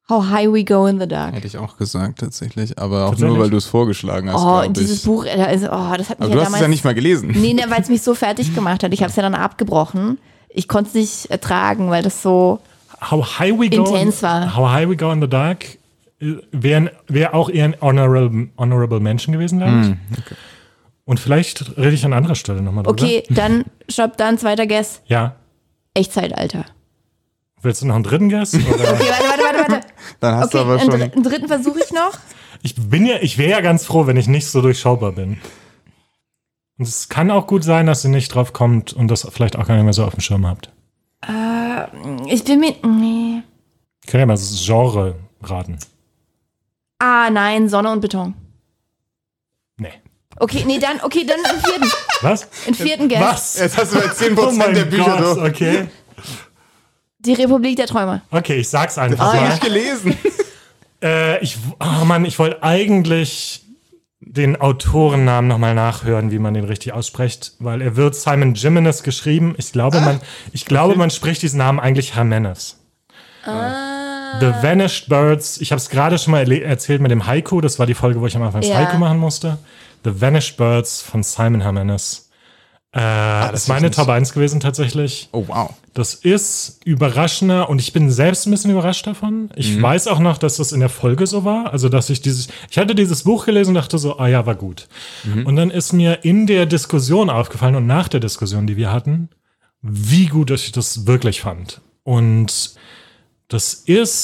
How High We Go in the Dark. Hätte ich auch gesagt, tatsächlich. Aber auch Tatsächlich? nur, weil du es vorgeschlagen hast, Oh, glaub dieses ich. Buch, das hat mich Aber ja du hast damals... es ja nicht mal gelesen. Nee, weil es mich so fertig gemacht hat. Ich habe es ja dann abgebrochen. Ich konnte es nicht ertragen, weil das so How High We Go intens war. How High We Go in the Dark wäre auch eher ein honorable Mention gewesen, glaube ich. Okay. Und vielleicht rede ich an anderer Stelle nochmal drüber. Okay, dann stopp, dann zweiter Guess. Ja. Echtzeitalter. Willst du noch einen dritten Guess? Oder? Okay, warte. Dann hast du Okay, aber schon... einen dritten versuche ich noch. Ich wäre ja ganz froh, wenn ich nicht so durchschaubar bin. Und es kann auch gut sein, dass ihr nicht drauf kommt und das vielleicht auch gar nicht mehr so auf dem Schirm habt. Ich bin mir... Nee. Ich kann ja mal das Genre raten. Ah, nein, Sonne und Beton. Nee. Okay, dann im vierten. Was? Im vierten Guess. Was? Jetzt hast du bei 10% Oh mein der Bücher Gott, durch. okay. Die Republik der Träume. Okay, ich sag's einfach Oh, mal. ja. Nicht gelesen. Ich wollte eigentlich den Autorennamen nochmal nachhören, wie man den richtig ausspricht, weil er wird Simon Jimenez geschrieben. Ich glaube, man spricht diesen Namen eigentlich Jimenez. The Vanished Birds. Ich habe es gerade schon mal erzählt mit dem Haiku. Das war die Folge, wo ich am Anfang das Ja. Haiku machen musste. The Vanished Birds von Simon Jimenez. Das ist meine Top 1 gewesen tatsächlich. Oh, wow. Das ist überraschender und ich bin selbst ein bisschen überrascht davon. Ich weiß auch noch, dass das in der Folge so war. Also, dass ich hatte dieses Buch gelesen und dachte so, ah ja, war gut. Und dann ist mir in der Diskussion aufgefallen und nach der Diskussion, die wir hatten, wie gut ich das wirklich fand. Und das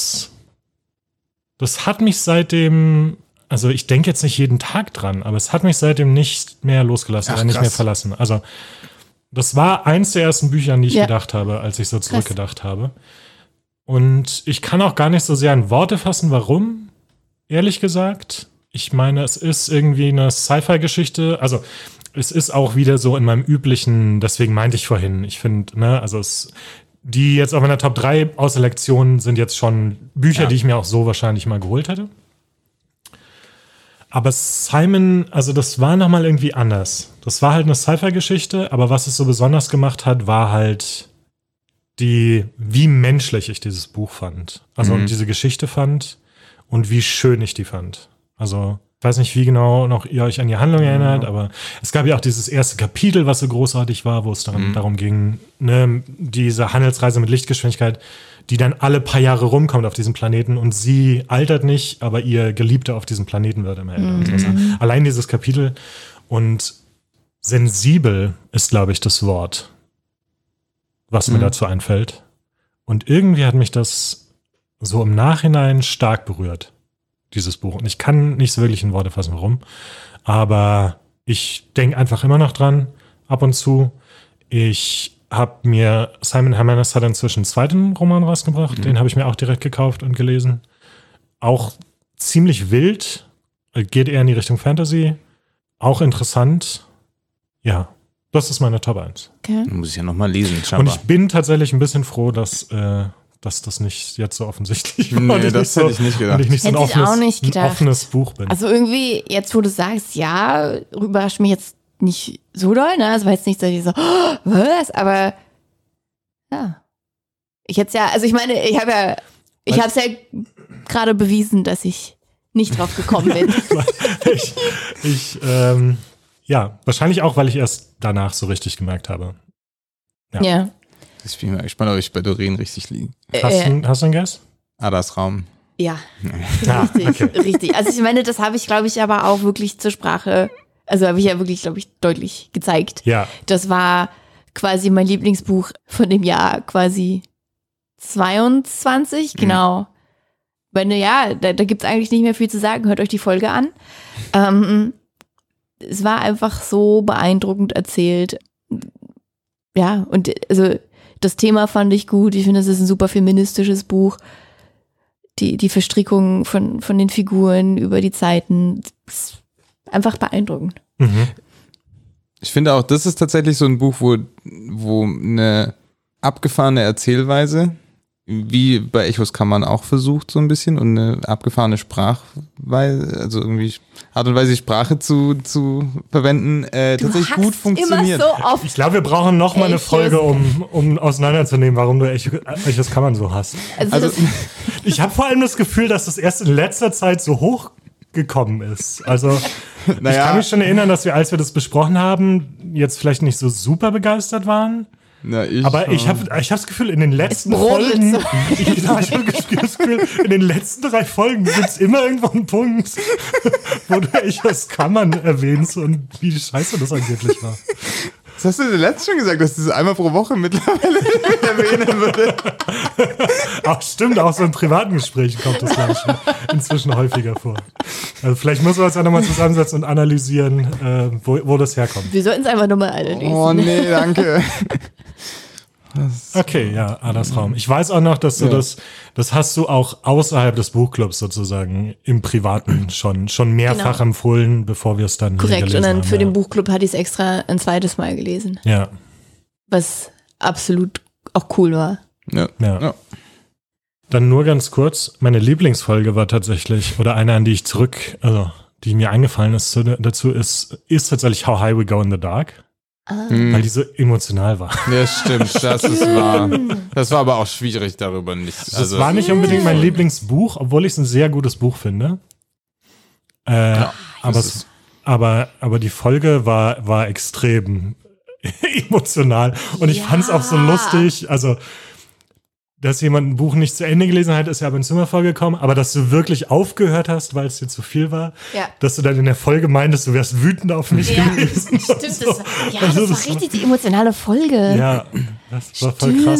hat mich seitdem, also ich denke jetzt nicht jeden Tag dran, aber es hat mich seitdem nicht mehr losgelassen Ach, oder nicht krass. mehr verlassen. Also das war eins der ersten Bücher, an die ich Ja. gedacht habe, als ich so zurückgedacht habe. Und ich kann auch gar nicht so sehr in Worte fassen, warum, ehrlich gesagt. Ich meine, es ist irgendwie eine Sci-Fi-Geschichte. Also es ist auch wieder so in meinem üblichen, deswegen meinte ich vorhin, ich finde, die jetzt auf meiner Top 3 Auselektion sind jetzt schon Bücher, die ich mir auch so wahrscheinlich mal geholt hätte. Aber Simon, also das war nochmal irgendwie anders. Das war halt eine Sci-Fi-Geschichte, aber was es so besonders gemacht hat, war halt wie menschlich ich dieses Buch fand. Also und diese Geschichte fand und wie schön ich die fand. Also ich weiß nicht, wie genau noch ihr euch an die Handlung erinnert, aber es gab ja auch dieses erste Kapitel, was so großartig war, wo es darum ging, ne, diese Handelsreise mit Lichtgeschwindigkeit, die dann alle paar Jahre rumkommt auf diesem Planeten und sie altert nicht, aber ihr Geliebter auf diesem Planeten wird immer älter. Und so. Allein dieses Kapitel und sensibel ist, glaube ich, das Wort, was mir dazu einfällt. Und irgendwie hat mich das so im Nachhinein stark berührt, dieses Buch. Und ich kann nicht so wirklich in Worte fassen, warum. Aber ich denke einfach immer noch dran, ab und zu. Simon Jimenez hat inzwischen einen zweiten Roman rausgebracht. Den habe ich mir auch direkt gekauft und gelesen. Auch ziemlich wild. Geht eher in die Richtung Fantasy. Auch interessant. Ja, das ist meine Top 1. Okay. Muss ich ja nochmal lesen, Und scheinbar. ich bin tatsächlich ein bisschen froh, dass das nicht jetzt so offensichtlich war. Nee, und ich das nicht hätte ich nicht gedacht. Und ich nicht so ein Hätte ich auch nicht ein gedacht. offenes Buch bin. Also irgendwie, jetzt wo du sagst, ja, überrascht mich jetzt nicht so doll, ne? Es war jetzt nicht so, oh, was? Aber ja. Ich hätte ja, also ich meine, ich habe es ja gerade bewiesen, dass ich nicht drauf gekommen bin. Ja, wahrscheinlich auch, weil ich erst danach so richtig gemerkt habe. Ja. Ich bin mal gespannt, ob ich bei Doreen richtig liege. Hast du einen Guess? Adas Raum. Ja. Ja, Richtig, okay. richtig. Also ich meine, das habe ich, glaube ich, aber auch wirklich zur Sprache, also habe ich ja wirklich, glaube ich, deutlich gezeigt. Ja, Das war quasi mein Lieblingsbuch von dem Jahr, quasi 22, genau. Weil, ja, da gibt es eigentlich nicht mehr viel zu sagen. Hört euch die Folge an. Es war einfach so beeindruckend erzählt. Ja, und also das Thema fand ich gut. Ich finde, es ist ein super feministisches Buch. Die Verstrickung von den Figuren über die Zeiten, ist einfach beeindruckend. Ich finde auch, das ist tatsächlich so ein Buch, wo eine abgefahrene Erzählweise wie bei Echos Kammern auch versucht, so ein bisschen, und eine abgefahrene Sprachweise, also irgendwie Art und Weise, Sprache zu verwenden, tatsächlich gut funktioniert. Immer so oft. Ich glaube, wir brauchen noch mal eine Echos. Folge, um auseinanderzunehmen, warum du Echos Kammern so hast. Also das, Ich habe vor allem das Gefühl, dass das erst in letzter Zeit so hochgekommen ist. Also ich kann mich schon erinnern, dass wir, als wir das besprochen haben, jetzt vielleicht nicht so super begeistert waren. Aber ich habe das Gefühl, in den letzten brodelt Folgen, so. ich habe das Gefühl, in den letzten 3 Folgen gibt es immer irgendwo einen Punkt, wo du Echos Kammern erwähnst und wie scheiße das angeblich war. Das hast du dir letztens schon gesagt, dass du das einmal pro Woche mittlerweile erwähnen würde. Ach stimmt, auch so in privaten Gesprächen kommt das Gleiche inzwischen häufiger vor. Also vielleicht müssen wir uns ja nochmal zusammensetzen und analysieren, wo das herkommt. wir sollten es einfach nur mal analysieren. Oh nee, danke. Okay, ja, Adas Raum. Ich weiß auch noch, dass du das hast du auch außerhalb des Buchclubs sozusagen im Privaten schon mehrfach empfohlen, bevor wir es dann hier Korrekt, gelesen und dann haben, für den Buchclub hatte ich es extra ein zweites Mal gelesen, Ja, was absolut auch cool war. ja. Dann nur ganz kurz, meine Lieblingsfolge war tatsächlich, oder eine, an die ich die mir eingefallen ist dazu, ist tatsächlich How High We Go in the Dark, weil die so emotional war. Ja, stimmt, das ist wahr. Das war aber auch schwierig, darüber nicht. Das war nicht unbedingt mein Lieblingsbuch, obwohl ich es ein sehr gutes Buch finde. Aber die Folge war extrem emotional. Und ich fand es auch so lustig. Also, dass jemand ein Buch nicht zu Ende gelesen hat, ist ja aber ins Zimmer vorgekommen. Aber dass du wirklich aufgehört hast, weil es dir zu viel war, dass du dann in der Folge meintest, du wärst wütend auf mich gewesen. Stimmt, das war richtig die emotionale Folge. Ja, das war voll krass.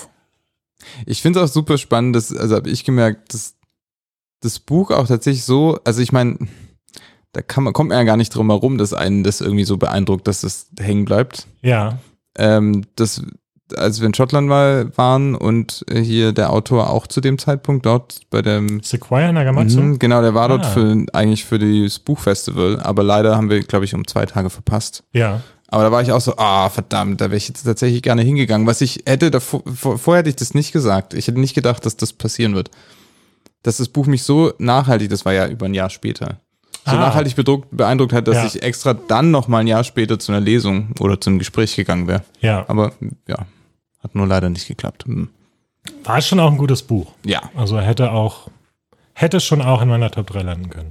Ich finde es auch super spannend, also habe ich gemerkt, dass das Buch auch tatsächlich so, also ich meine, da kommt man ja gar nicht drum herum, dass einen das irgendwie so beeindruckt, dass das hängen bleibt. Ja. Als wir in Schottland waren und hier der Autor auch zu dem Zeitpunkt dort bei dem Sequoia Nagamatsu? Genau, der war dort eigentlich für das Buchfestival, aber leider haben wir, glaube ich, um 2 Tage verpasst. Ja. Aber da war ich auch so, verdammt, da wäre ich jetzt tatsächlich gerne hingegangen. Was ich hätte, vorher hätte ich das nicht gesagt. Ich hätte nicht gedacht, dass das passieren wird. Dass das Buch mich so nachhaltig, das war ja über ein Jahr später, so nachhaltig beeindruckt hat, dass ich extra dann noch mal ein Jahr später zu einer Lesung oder zum Gespräch gegangen wäre. Ja. Aber ja, hat nur leider nicht geklappt. War schon auch ein gutes Buch. Ja. Also hätte schon auch in meiner Top 3 landen können.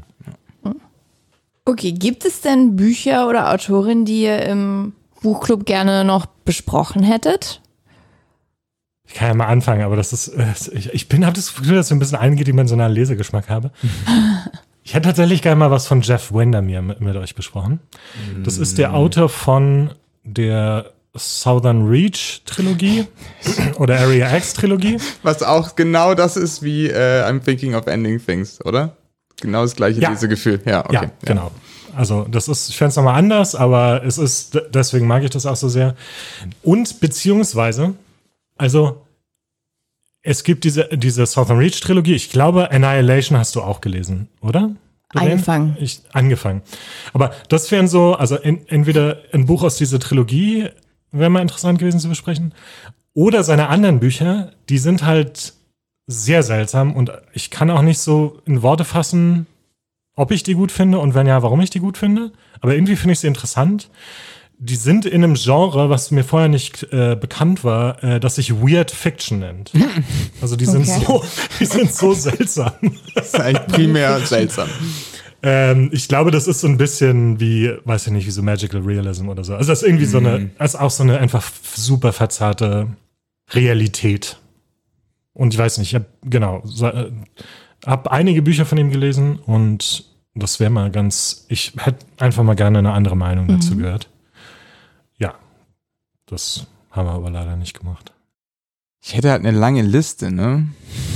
Okay, gibt es denn Bücher oder Autorinnen, die ihr im Buchclub gerne noch besprochen hättet? Ich kann ja mal anfangen, aber das ist, ich habe das Gefühl, dass ich ein bisschen eindimensionalen Lesegeschmack habe. Ich hätte tatsächlich gerne mal was von Jeff Vandermeer mit euch besprochen. Das ist der Autor von der Southern Reach Trilogie oder Area X Trilogie. Was auch genau das ist wie I'm Thinking of Ending Things, oder? Genau das gleiche Lesegefühl. Ja, okay. Ja, genau. Also das ist, ich fände es nochmal anders, aber es ist, deswegen mag ich das auch so sehr. Und beziehungsweise, also es gibt diese Southern Reach Trilogie, ich glaube Annihilation hast du auch gelesen, oder? Angefangen. Angefangen. Aber das wären so, also entweder ein Buch aus dieser Trilogie wäre mal interessant gewesen zu besprechen, oder seine anderen Bücher, die sind halt sehr seltsam und ich kann auch nicht so in Worte fassen, ob ich die gut finde und wenn ja, warum ich die gut finde. Aber irgendwie finde ich sie interessant. Die sind in einem Genre, was mir vorher nicht bekannt war, das sich Weird Fiction nennt. Also die sind so seltsam. Das ist eigentlich primär seltsam. Ich glaube, das ist so ein bisschen wie, weiß ich nicht, wie so Magical Realism oder so. Also das ist irgendwie so eine, das ist auch so eine einfach super verzerrte Realität. Und ich weiß nicht, ich habe einige Bücher von ihm gelesen und das wäre mal ich hätte einfach mal gerne eine andere Meinung dazu gehört. Ja, das haben wir aber leider nicht gemacht. Ich hätte halt eine lange Liste, ne?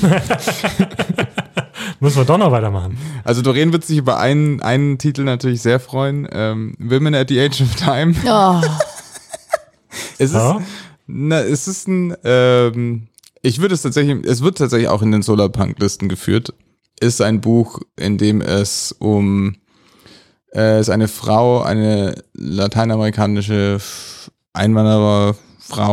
Müssen wir doch noch weitermachen. Also Doreen wird sich über einen Titel natürlich sehr freuen. Women at the Age of Time. Oh. Es ist ein, es wird tatsächlich auch in den Solarpunk-Listen geführt. Ist ein Buch, in dem es ist eine Frau, eine lateinamerikanische Einwandererfrau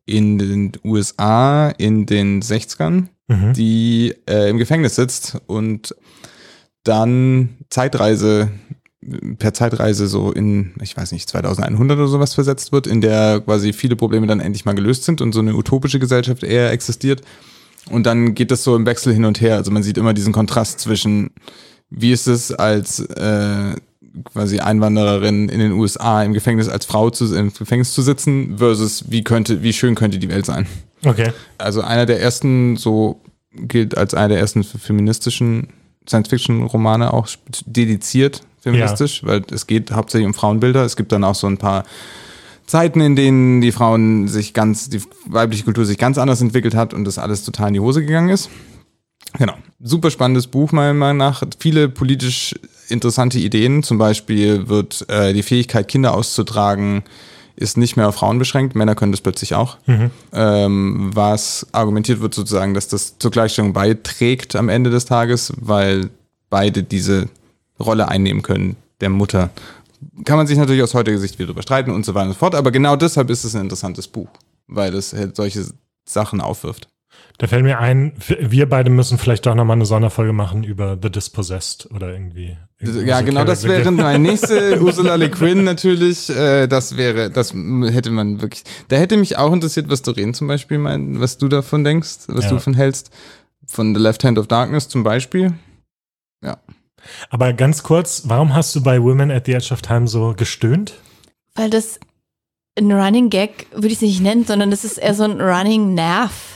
in den USA in den 60ern, die im Gefängnis sitzt und dann per Zeitreise so in, ich weiß nicht, 2100 oder sowas versetzt wird, in der quasi viele Probleme dann endlich mal gelöst sind und so eine utopische Gesellschaft eher existiert. Und dann geht das so im Wechsel hin und her. Also man sieht immer diesen Kontrast zwischen, wie ist es als quasi Einwandererin in den USA im Gefängnis als Frau im Gefängnis zu sitzen versus wie schön könnte die Welt sein. Okay. Also einer der ersten, so gilt als einer der ersten feministischen Science-Fiction-Romane, auch dediziert feministisch, weil es geht hauptsächlich um Frauenbilder. Es gibt dann auch so ein paar Zeiten, in denen die weibliche Kultur sich ganz anders entwickelt hat und das alles total in die Hose gegangen ist. Genau. Super spannendes Buch, meiner Meinung nach. Viele politisch interessante Ideen. Zum Beispiel wird die Fähigkeit, Kinder auszutragen, ist nicht mehr auf Frauen beschränkt. Männer können das plötzlich auch. Was argumentiert wird sozusagen, dass das zur Gleichstellung beiträgt am Ende des Tages, weil beide diese Rolle einnehmen können, der Mutter. Kann man sich natürlich aus heutiger Sicht wieder drüber streiten und so weiter und so fort. Aber genau deshalb ist es ein interessantes Buch, weil es halt solche Sachen aufwirft. Da fällt mir ein, wir beide müssen vielleicht doch nochmal eine Sonderfolge machen über The Dispossessed oder irgendwie. Ja, genau, das wäre meine nächste Ursula Le Guin natürlich. Das hätte man wirklich. Da hätte mich auch interessiert, was Doreen zum Beispiel meint, was du davon denkst, was du davon hältst. Von The Left Hand of Darkness zum Beispiel. Ja. Aber ganz kurz, warum hast du bei Women at the Edge of Time so gestöhnt? Weil das ein Running Gag, würde ich es nicht nennen, sondern das ist eher so ein Running Nerv.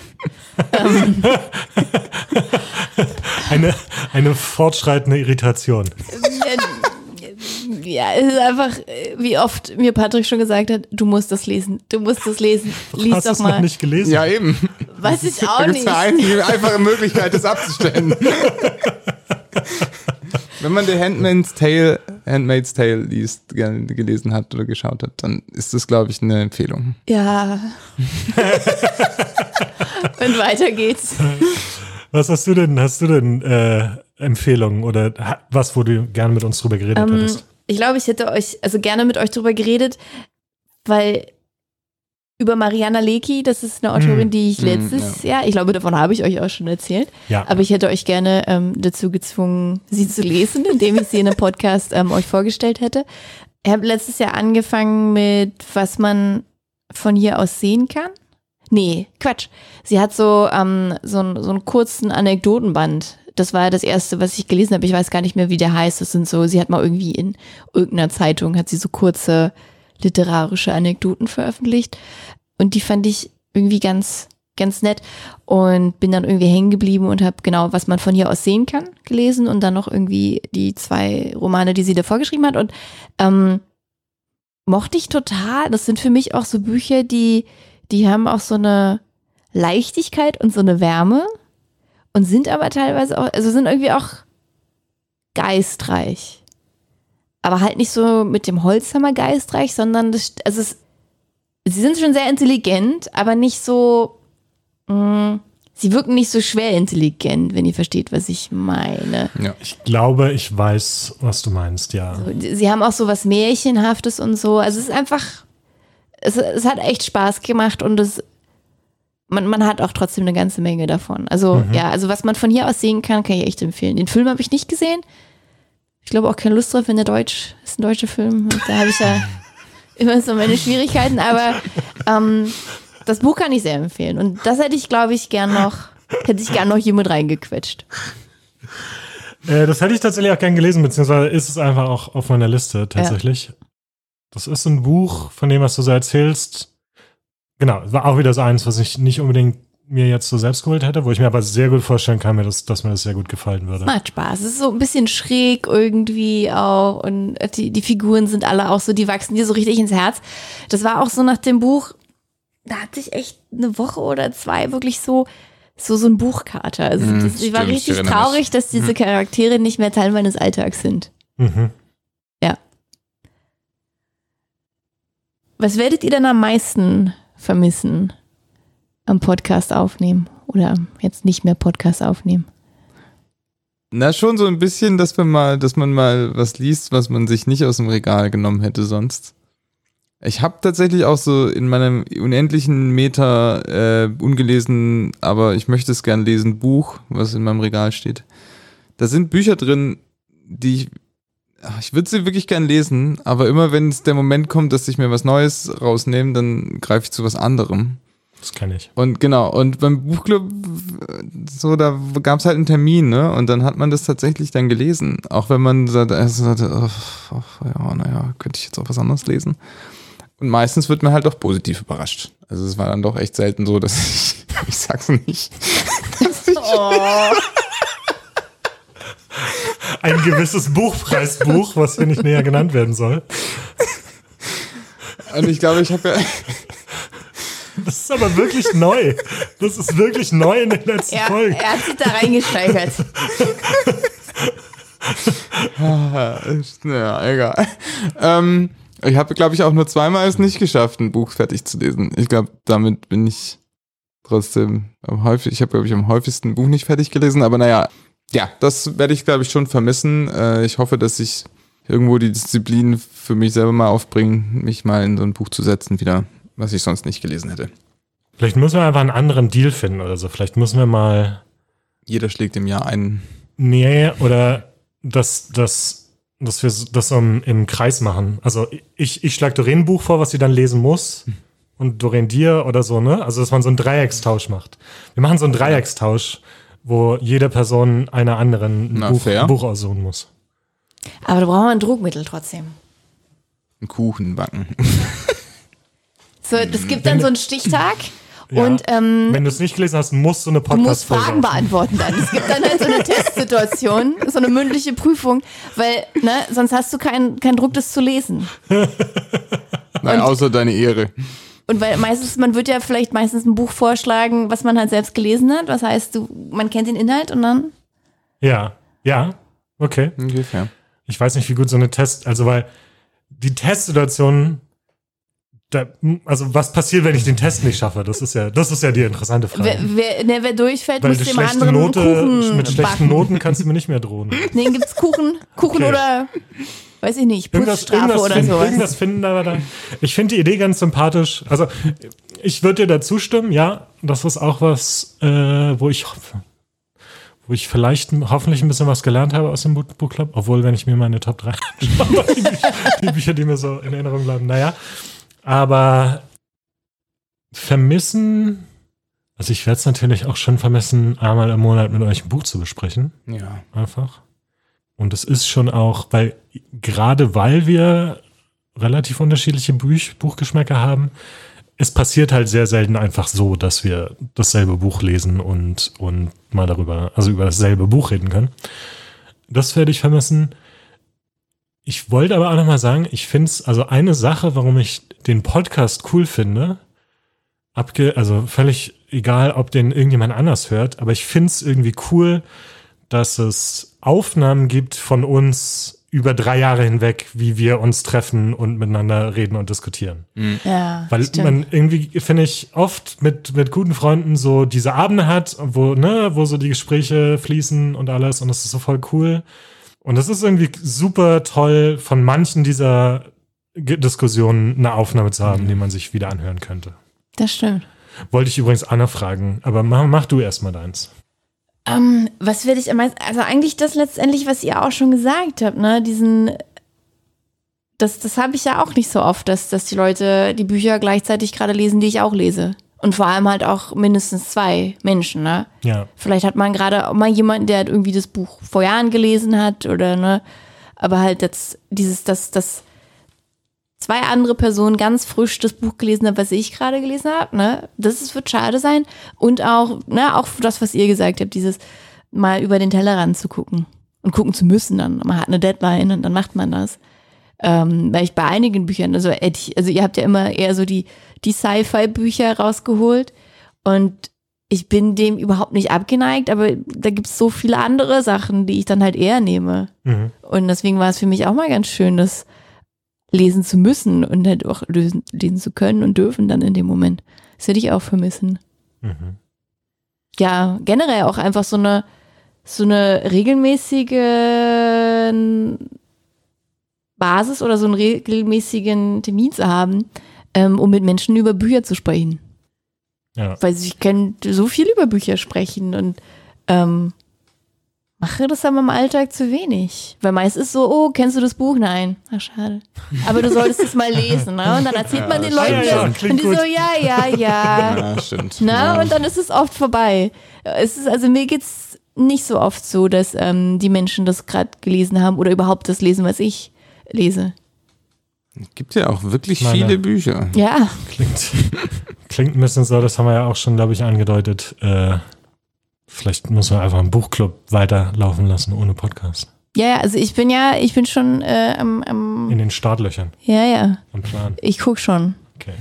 Eine fortschreitende Irritation. Ja, es ist einfach, wie oft mir Patrick schon gesagt hat, du musst das lesen. Lies Hast doch du mal. Noch nicht gelesen? Ja, eben. Weiß ich auch da nicht. Da gibt es eine einfache Möglichkeit, das abzustellen. Wenn man The Handmaid's Tale gelesen hat oder geschaut hat, dann ist das, glaube ich, eine Empfehlung. Ja. Und weiter geht's. Was hast du denn? Hast du denn Empfehlungen oder was, wo du gerne mit uns drüber geredet hättest? Ich glaube, ich hätte gerne mit euch drüber geredet, weil über Mariana Lecki, das ist eine Autorin, die ich letztes Jahr, ich glaube, davon habe ich euch auch schon erzählt, aber ich hätte euch gerne dazu gezwungen, sie zu lesen, indem ich sie in einem Podcast euch vorgestellt hätte. Ich habe letztes Jahr angefangen mit, was man von hier aus sehen kann. Nee, Quatsch. Sie hat so einen kurzen Anekdotenband. Das war das erste, was ich gelesen habe. Ich weiß gar nicht mehr, wie der heißt. Das sind so, sie hat mal irgendwie in irgendeiner Zeitung, hat sie so kurze literarische Anekdoten veröffentlicht. Und die fand ich irgendwie ganz, ganz nett. Und bin dann irgendwie hängen geblieben und habe genau, was man von hier aus sehen kann, gelesen. Und dann noch irgendwie die 2 Romane, die sie davor geschrieben hat. Und mochte ich total. Das sind für mich auch so Bücher, die haben auch so eine Leichtigkeit und so eine Wärme und sind aber teilweise auch, also sind irgendwie auch geistreich. Aber halt nicht so mit dem Holzhammer geistreich, sondern sie sind schon sehr intelligent, aber nicht so, sie wirken nicht so schwer intelligent, wenn ihr versteht, was ich meine. Ja. Ich glaube, ich weiß, was du meinst, ja. Also, sie haben auch so was Märchenhaftes und so. Also es ist einfach, es hat echt Spaß gemacht und man hat auch trotzdem eine ganze Menge davon. Also also was man von hier aus sehen kann ich echt empfehlen. Den Film habe ich nicht gesehen. Ich glaube auch keine Lust drauf, wenn ist ein deutscher Film. Da habe ich ja immer so meine Schwierigkeiten, aber das Buch kann ich sehr empfehlen. Und das hätte ich gern noch hier mit reingequetscht. Das hätte ich tatsächlich auch gern gelesen, beziehungsweise ist es einfach auch auf meiner Liste tatsächlich. Ja. Das ist ein Buch, von dem, was du so erzählst. Genau, war auch wieder so eins, was ich nicht unbedingt mir jetzt so selbst geholt hätte, wo ich mir aber sehr gut vorstellen kann, dass mir das sehr gut gefallen würde. Macht Spaß. Es ist so ein bisschen schräg irgendwie auch und die Figuren sind alle auch so, die wachsen dir so richtig ins Herz. Das war auch so nach dem Buch, da hatte ich echt eine Woche oder 2 wirklich so ein Buchkater. Also ich war richtig traurig, dass diese Charaktere nicht mehr Teil meines Alltags sind. Ja. Was werdet ihr denn am meisten vermissen am Podcast aufnehmen oder jetzt nicht mehr Podcast aufnehmen? Na, schon so ein bisschen, dass man mal was liest, was man sich nicht aus dem Regal genommen hätte sonst. Ich habe tatsächlich auch so in meinem unendlichen Meter ungelesen, aber ich möchte es gern lesen, Buch, was in meinem Regal steht. Da sind Bücher drin, die ich würde sie wirklich gern lesen, aber immer wenn es der Moment kommt, dass ich mir was Neues rausnehme, dann greife ich zu was anderem. Das kann ich. Und genau, und beim Buchclub, so, da gab es halt einen Termin, ne? Und dann hat man das tatsächlich dann gelesen. Auch wenn man sagte, ja, naja, könnte ich jetzt auch was anderes lesen. Und meistens wird man halt doch positiv überrascht. Also es war dann doch echt selten so, dass ich sag's nicht. Ein gewisses Buchpreisbuch, was hier nicht näher genannt werden soll. Und ich glaube, ich habe ja... Das ist aber wirklich neu. Das ist wirklich neu in den letzten Folgen. Er hat sich da reingesteigert. Ja, egal. Ich habe, glaube ich, auch nur zweimal es nicht geschafft, ein Buch fertig zu lesen. Ich glaube, damit bin ich trotzdem ich habe, glaube ich, am häufigsten ein Buch nicht fertig gelesen, aber naja, ja, das werde ich, glaube ich, schon vermissen. Ich hoffe, dass ich irgendwo die Disziplin für mich selber mal aufbringe, mich mal in so ein Buch zu setzen wieder, was ich sonst nicht gelesen hätte. Vielleicht müssen wir einfach einen anderen Deal finden oder so. Vielleicht müssen wir mal... Jeder schlägt im Jahr einen. Nee, oder dass wir das so im Kreis machen. Also ich schlage Doreen ein Buch vor, was sie dann lesen muss und Doreen dir oder so, ne? Also dass man so einen Dreieckstausch macht. Wir machen so einen Dreieckstausch, wo jede Person einer anderen ein Buch aussuchen muss. Aber da brauchen wir ein Druckmittel trotzdem. Einen Kuchen backen. So, das gibt dann so einen Stichtag. Ja. Und wenn du es nicht gelesen hast, musst du eine Podcast-Folge Fragen beantworten dann. Es gibt dann halt so eine Testsituation, so eine mündliche Prüfung, weil, ne, sonst hast du keinen Druck, das zu lesen. Nein, außer deine Ehre. Und weil man wird ja vielleicht meistens ein Buch vorschlagen, was man halt selbst gelesen hat. Was heißt, man kennt den Inhalt und dann? Ja, okay. Ungefähr. Ich weiß nicht, wie gut so eine weil die Testsituation, also was passiert, wenn ich den Test nicht schaffe? Das ist ja die interessante Frage. Wer durchfällt, Weil muss dem anderen Kuchen mit schlechten backen. Noten kannst du mir nicht mehr drohen. Nee, gibt's Kuchen okay. Oder, weiß ich nicht, Putzstrafe oder sowas. Irgendwas finden aber da. Ich finde die Idee ganz sympathisch. Also ich würde dir da zustimmen, ja. Das ist auch was, wo ich vielleicht hoffentlich ein bisschen was gelernt habe aus dem Buchclub. Obwohl, wenn ich mir meine Top 3 anschaue, die Bücher, die mir so in Erinnerung bleiben, naja. Aber vermissen, also ich werde es natürlich auch schon vermissen, einmal im Monat mit euch ein Buch zu besprechen. Ja. Einfach. Und es ist schon auch, weil wir relativ unterschiedliche Buchgeschmäcker haben, es passiert halt sehr selten einfach so, dass wir dasselbe Buch lesen und mal über dasselbe Buch reden können. Das werde ich vermissen. Ich wollte aber auch noch mal sagen, ich finde es, also eine Sache, warum ich den Podcast cool finde, also völlig egal, ob den irgendjemand anders hört, aber ich finde es irgendwie cool, dass es Aufnahmen gibt von uns über 3 Jahre hinweg, wie wir uns treffen und miteinander reden und diskutieren. Ja, weil stimmt. Man irgendwie, finde ich, oft mit guten Freunden so diese Abende hat, wo so die Gespräche fließen und alles und das ist so voll cool. Und es ist irgendwie super toll, von manchen dieser Diskussionen eine Aufnahme zu haben, die man sich wieder anhören könnte. Das stimmt. Wollte ich übrigens Anna fragen, aber mach du erstmal deins. Was werde ich am meisten, also eigentlich das letztendlich, was ihr auch schon gesagt habt, ne, das habe ich ja auch nicht so oft, dass die Leute die Bücher gleichzeitig gerade lesen, die ich auch lese. Und vor allem halt auch mindestens 2 Menschen, ne? Ja. Vielleicht hat man gerade auch mal jemanden, der halt irgendwie das Buch vor Jahren gelesen hat oder, ne? Aber halt jetzt dass 2 andere Personen ganz frisch das Buch gelesen haben, was ich gerade gelesen habe, ne? Wird schade sein. Und auch, ne, auch das, was ihr gesagt habt, dieses mal über den Tellerrand zu gucken und gucken zu müssen dann. Man hat eine Deadline und dann macht man das. Weil ich bei einigen Büchern, also ihr habt ja immer eher so die Sci-Fi-Bücher rausgeholt und ich bin dem überhaupt nicht abgeneigt, aber da gibt es so viele andere Sachen, die ich dann halt eher nehme. Mhm. Und deswegen war es für mich auch mal ganz schön, das lesen zu müssen und halt auch lesen zu können und dürfen dann in dem Moment. Das würde ich auch vermissen. Mhm. Ja, generell auch einfach so eine regelmäßige Basis oder so einen regelmäßigen Termin zu haben, um mit Menschen über Bücher zu sprechen. Ja. Weil ich kann so viel über Bücher sprechen und mache das aber im Alltag zu wenig. Weil meist ist so, oh, kennst du das Buch? Nein. Ach, schade. Aber du solltest es mal lesen, ne? Und dann erzählt man den Leuten das. Und die gut. so, ja. Ja, stimmt. Na, Ja. und dann ist es oft vorbei. Also mir geht's nicht so oft so, dass die Menschen das gerade gelesen haben oder überhaupt das lesen, was ich lese. Gibt ja auch wirklich Meine- viele Bücher. Ja, Klingt ein bisschen so, das haben wir ja auch schon, glaube ich, angedeutet. Vielleicht muss man einfach einen Buchclub weiterlaufen lassen ohne Podcast. ja, also ich bin schon am In den Startlöchern, ja, am Plan. ich guck schon. Okay.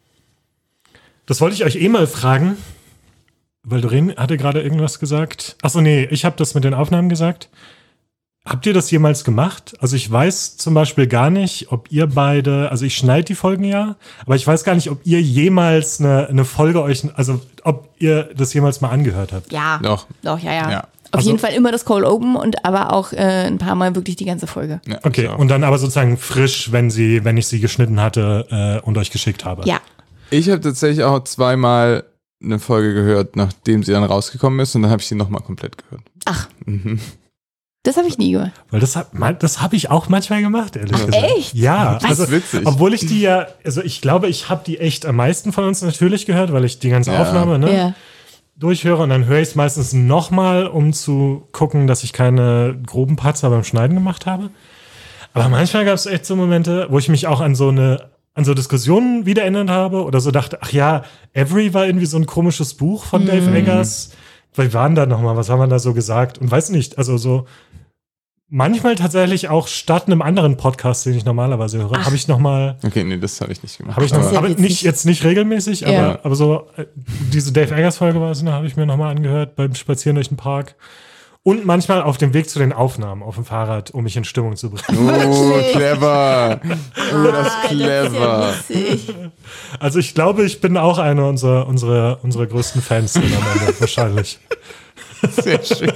Das wollte ich euch mal fragen, weil Doreen hatte gerade irgendwas gesagt. Achso, nee, ich habe das mit den Aufnahmen gesagt. Habt ihr das jemals gemacht? Also ich weiß zum Beispiel gar nicht, ob ihr beide, also ich schneide die Folgen ja, aber ich weiß gar nicht, ob ihr jemals eine Folge euch, also ob ihr das jemals mal angehört habt. Ja, Doch. ja. Ja. Auf Also- jeden Fall immer das Cold Open und aber auch ein paar Mal wirklich die ganze Folge. Ja, Okay, ich auch. und dann aber sozusagen frisch, wenn ich sie geschnitten hatte und euch geschickt habe. Ja, Ich habe tatsächlich auch zweimal eine Folge gehört, nachdem sie dann rausgekommen ist, und dann habe ich sie nochmal komplett gehört. ach, Mhm. das habe ich nie gemacht. Weil das habe ich auch manchmal gemacht, ehrlich gesagt. Echt? Ja, Das ist witzig. obwohl ich die ja, also ich glaube, ich habe die echt am meisten von uns natürlich gehört, weil ich die ganze Ja. Aufnahme Ja. durchhöre und dann höre ich es meistens nochmal, um zu gucken, dass ich keine groben Patzer beim Schneiden gemacht habe. Aber manchmal gab es echt so Momente, wo ich mich auch an so Diskussionen wieder erinnert habe oder so dachte, ach ja, Every war irgendwie so ein komisches Buch von Dave Eggers. Was waren da nochmal? Was haben wir da so gesagt? Und weiß nicht, also so manchmal tatsächlich auch statt einem anderen Podcast, den ich normalerweise höre, habe ich nochmal, Okay, nee, das habe ich nicht gemacht. habe ich noch, Das ist ja aber witzig. nicht regelmäßig, Ja. aber so diese Dave Eggers Folge war es, habe ich mir nochmal angehört beim Spazieren durch den Park. Und manchmal auf dem Weg zu den Aufnahmen auf dem Fahrrad, um mich in Stimmung zu bringen. Oh, Wirklich? clever. Oh, das ist Ah, clever. Das ist ja witzig. Also ich glaube, ich bin auch einer unserer größten Fans dann am Ende, wahrscheinlich. Sehr schön.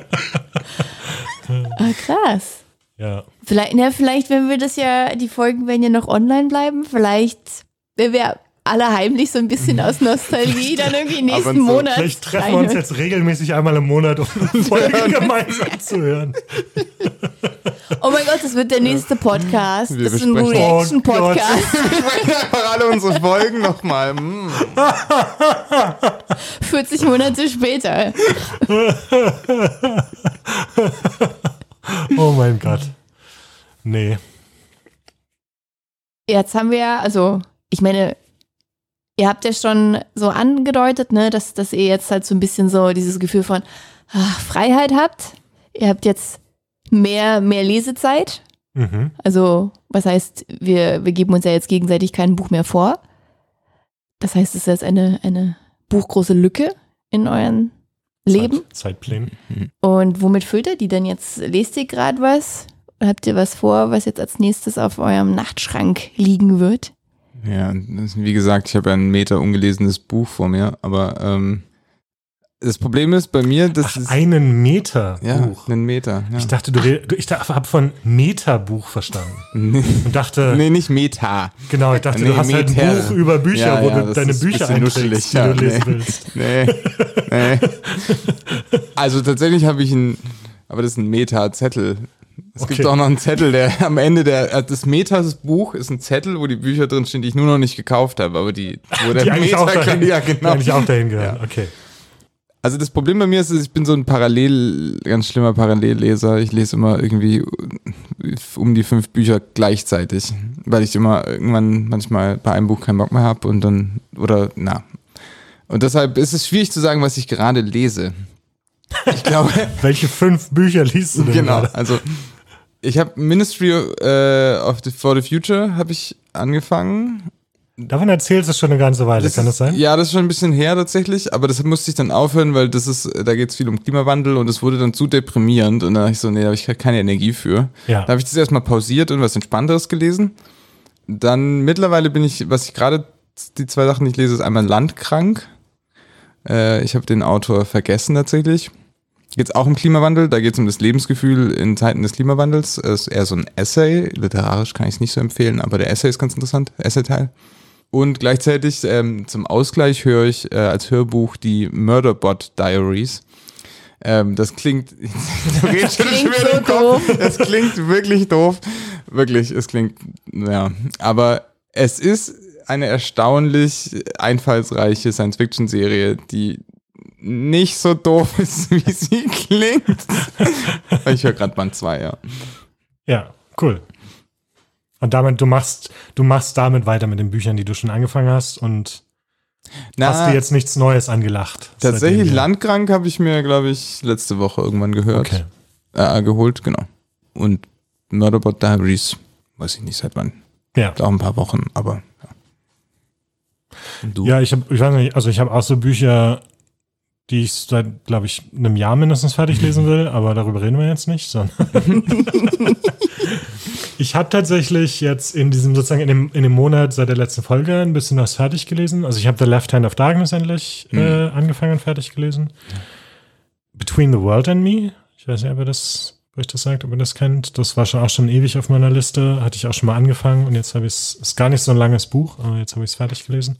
Ah, krass. Ja. Vielleicht, wenn wir das ja, die Folgen werden ja noch online bleiben, vielleicht, wenn wir alle heimlich so ein bisschen aus Nostalgie dann irgendwie nächsten und zu. Monat. Vielleicht treffen wir uns reinhören. jetzt regelmäßig einmal im Monat, um eine Folge gemeinsam zu hören. Oh mein Gott, das wird der nächste Podcast. Wir Das ist ein besprechen- Reaction-Podcast. Einfach alle unsere Folgen nochmal. 40 Monate später. Oh mein Gott. Nee. Jetzt haben wir ja, also, ich meine, ihr habt ja schon so angedeutet, ne, dass ihr jetzt halt so ein bisschen so dieses Gefühl von Freiheit habt. Ihr habt jetzt mehr Lesezeit. Mhm. Also, was heißt, wir geben uns ja jetzt gegenseitig kein Buch mehr vor. Das heißt, es ist jetzt eine buchgroße Lücke in euren Leben. Zeitpläne. Und womit füllt ihr die denn jetzt? Lest ihr gerade was? Habt ihr was vor, was jetzt als nächstes auf eurem Nachtschrank liegen wird? Ja, wie gesagt, ich habe ein Meter ungelesenes Buch vor mir, aber das Problem ist bei mir, das ist Einen Meter ja, Buch. einen Meter. Ja. Ich dachte, ich habe von Meterbuch verstanden. Nee, Und dachte, nee, nicht Meta. genau, ich dachte, Nee, du hast halt ein Meter. Buch über Bücher, Ja, wo ja, du das deine ist ein Bücher bisschen einträgst, die nuschelig, du ja, lesen nee. willst. Nee. Also tatsächlich habe ich aber das ist ein Meta-Zettel. Es Okay. gibt auch noch einen Zettel, der am Ende das Meta-Buch ist ein Zettel, wo die Bücher drin stehen, die ich nur noch nicht gekauft habe, aber wo der Die eigentlich auch dahin, ja, die genau. eigentlich auch dahin gehören. Okay. Also das Problem bei mir ist, ich bin so ein ganz schlimmer Parallelleser. Ich lese immer irgendwie um die 5 Bücher gleichzeitig, weil ich immer irgendwann manchmal bei einem Buch keinen Bock mehr habe und dann, Und deshalb ist es schwierig zu sagen, was ich gerade lese. Ich glaube, Welche 5 Bücher liest du denn genau, gerade? also ich habe Ministry for the Future habe ich angefangen. Davon erzählst du schon eine ganze Weile, kann das sein? Ja, das ist schon ein bisschen her tatsächlich, aber das musste ich dann aufhören, weil da geht es viel um Klimawandel und es wurde dann zu deprimierend und dann dachte ich so, nee, da habe ich keine Energie für. Ja. Da habe ich das erstmal pausiert und was Entspannteres gelesen. Dann mittlerweile was ich gerade, die 2 Sachen, die ich lese, ist einmal Landkrank. Ich habe den Autor vergessen tatsächlich. Geht es auch um Klimawandel, da geht es um das Lebensgefühl in Zeiten des Klimawandels. Es ist eher so ein Essay, literarisch kann ich es nicht so empfehlen, aber der Essay ist ganz interessant, Essay-Teil. Und gleichzeitig zum Ausgleich höre ich als Hörbuch die Murderbot Diaries. Das klingt, du redest schon klingt wieder so im Kopf. Es klingt wirklich doof. Wirklich, es klingt, ja. Aber es ist eine erstaunlich einfallsreiche Science-Fiction-Serie, die nicht so doof ist, wie sie klingt. Ich höre gerade Band 2, ja. Ja, cool. Und damit, du machst damit weiter mit den Büchern, die du schon angefangen hast und hast dir jetzt nichts Neues angelacht? Tatsächlich, Landkrank habe ich mir, glaube ich, letzte Woche irgendwann gehört. Okay. Geholt, genau. Und Murderbot Diaries, weiß ich nicht seit wann. Ja. Auch ein paar Wochen, aber ja. Und du? Ja, ich weiß nicht, also ich habe auch so Bücher, die ich seit, glaube ich, einem Jahr mindestens fertig lesen will, aber darüber reden wir jetzt nicht, sondern ich habe tatsächlich jetzt in diesem, sozusagen in dem Monat seit der letzten Folge ein bisschen was fertig gelesen. Also ich habe The Left Hand of Darkness endlich angefangen und fertig gelesen. Between the World and Me, ich weiß nicht, ob ihr das sagt, ob ihr das kennt. Das war auch schon ewig auf meiner Liste, hatte ich auch schon mal angefangen und jetzt habe ich es, ist gar nicht so ein langes Buch, aber jetzt habe ich es fertig gelesen.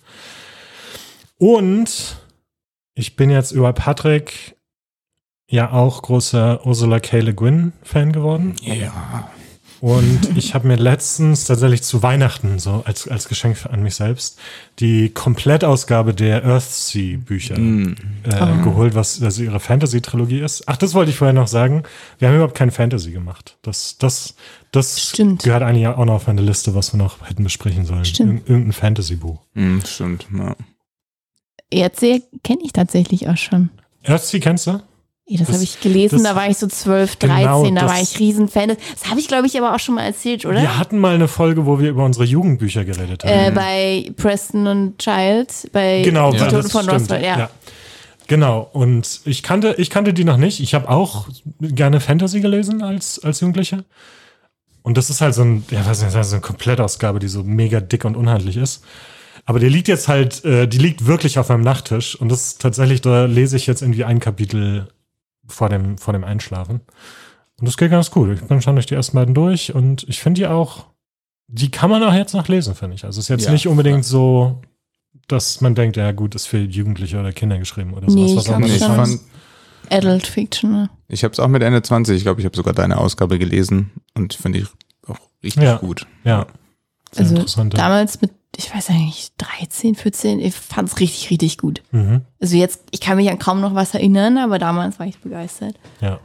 Und ich bin jetzt über Patrick ja auch großer Ursula K. Le Guin-Fan geworden. Ja. Und ich habe mir letztens tatsächlich zu Weihnachten, so als Geschenk an mich selbst, die Komplettausgabe der Earthsea-Bücher geholt, was also ihre Fantasy-Trilogie ist. Ach, das wollte ich vorher noch sagen. Wir haben überhaupt kein Fantasy gemacht. Das Stimmt. gehört eigentlich auch noch auf meine Liste, was wir noch hätten besprechen sollen. Irgendein Fantasy-Buch. Stimmt, ja. Erzähl kenne ich tatsächlich auch schon. Earthsea kennst du? Ja, das habe ich gelesen, da war ich so 12, 13, Genau, da war ich Riesenfan. Das habe ich, glaube ich, aber auch schon mal erzählt, oder? Wir hatten mal eine Folge, wo wir über unsere Jugendbücher geredet haben. Bei Preston und Child, bei Genau, Die ja, Toten von Roswell, ja. Genau, und ich kannte die noch nicht. Ich habe auch gerne Fantasy gelesen als Jugendlicher. Und das ist halt so eine Komplettausgabe, die so mega dick und unhandlich ist. Aber die liegt jetzt halt, die liegt wirklich auf meinem Nachttisch. Und das ist tatsächlich, da lese ich jetzt irgendwie ein Kapitel vor dem Einschlafen. Und das geht ganz gut. Ich bin schon durch die ersten beiden durch und ich finde die auch, die kann man auch jetzt noch lesen, finde ich. Also es ist jetzt nicht unbedingt so, dass man denkt, ja gut, ist für Jugendliche oder Kinder geschrieben oder sowas. Nee, was auch immer ich das fand heißt. Adult Fiction. Ne? Ich habe es auch mit Ende 20, ich glaube, ich habe sogar deine Ausgabe gelesen und finde ich auch richtig gut. Ja, sehr Also interessant. damals mit, ich weiß nicht, 13, 14, ich fand es richtig, richtig gut. Mhm. Also jetzt, ich kann mich an kaum noch was erinnern, aber damals war ich begeistert. Ja.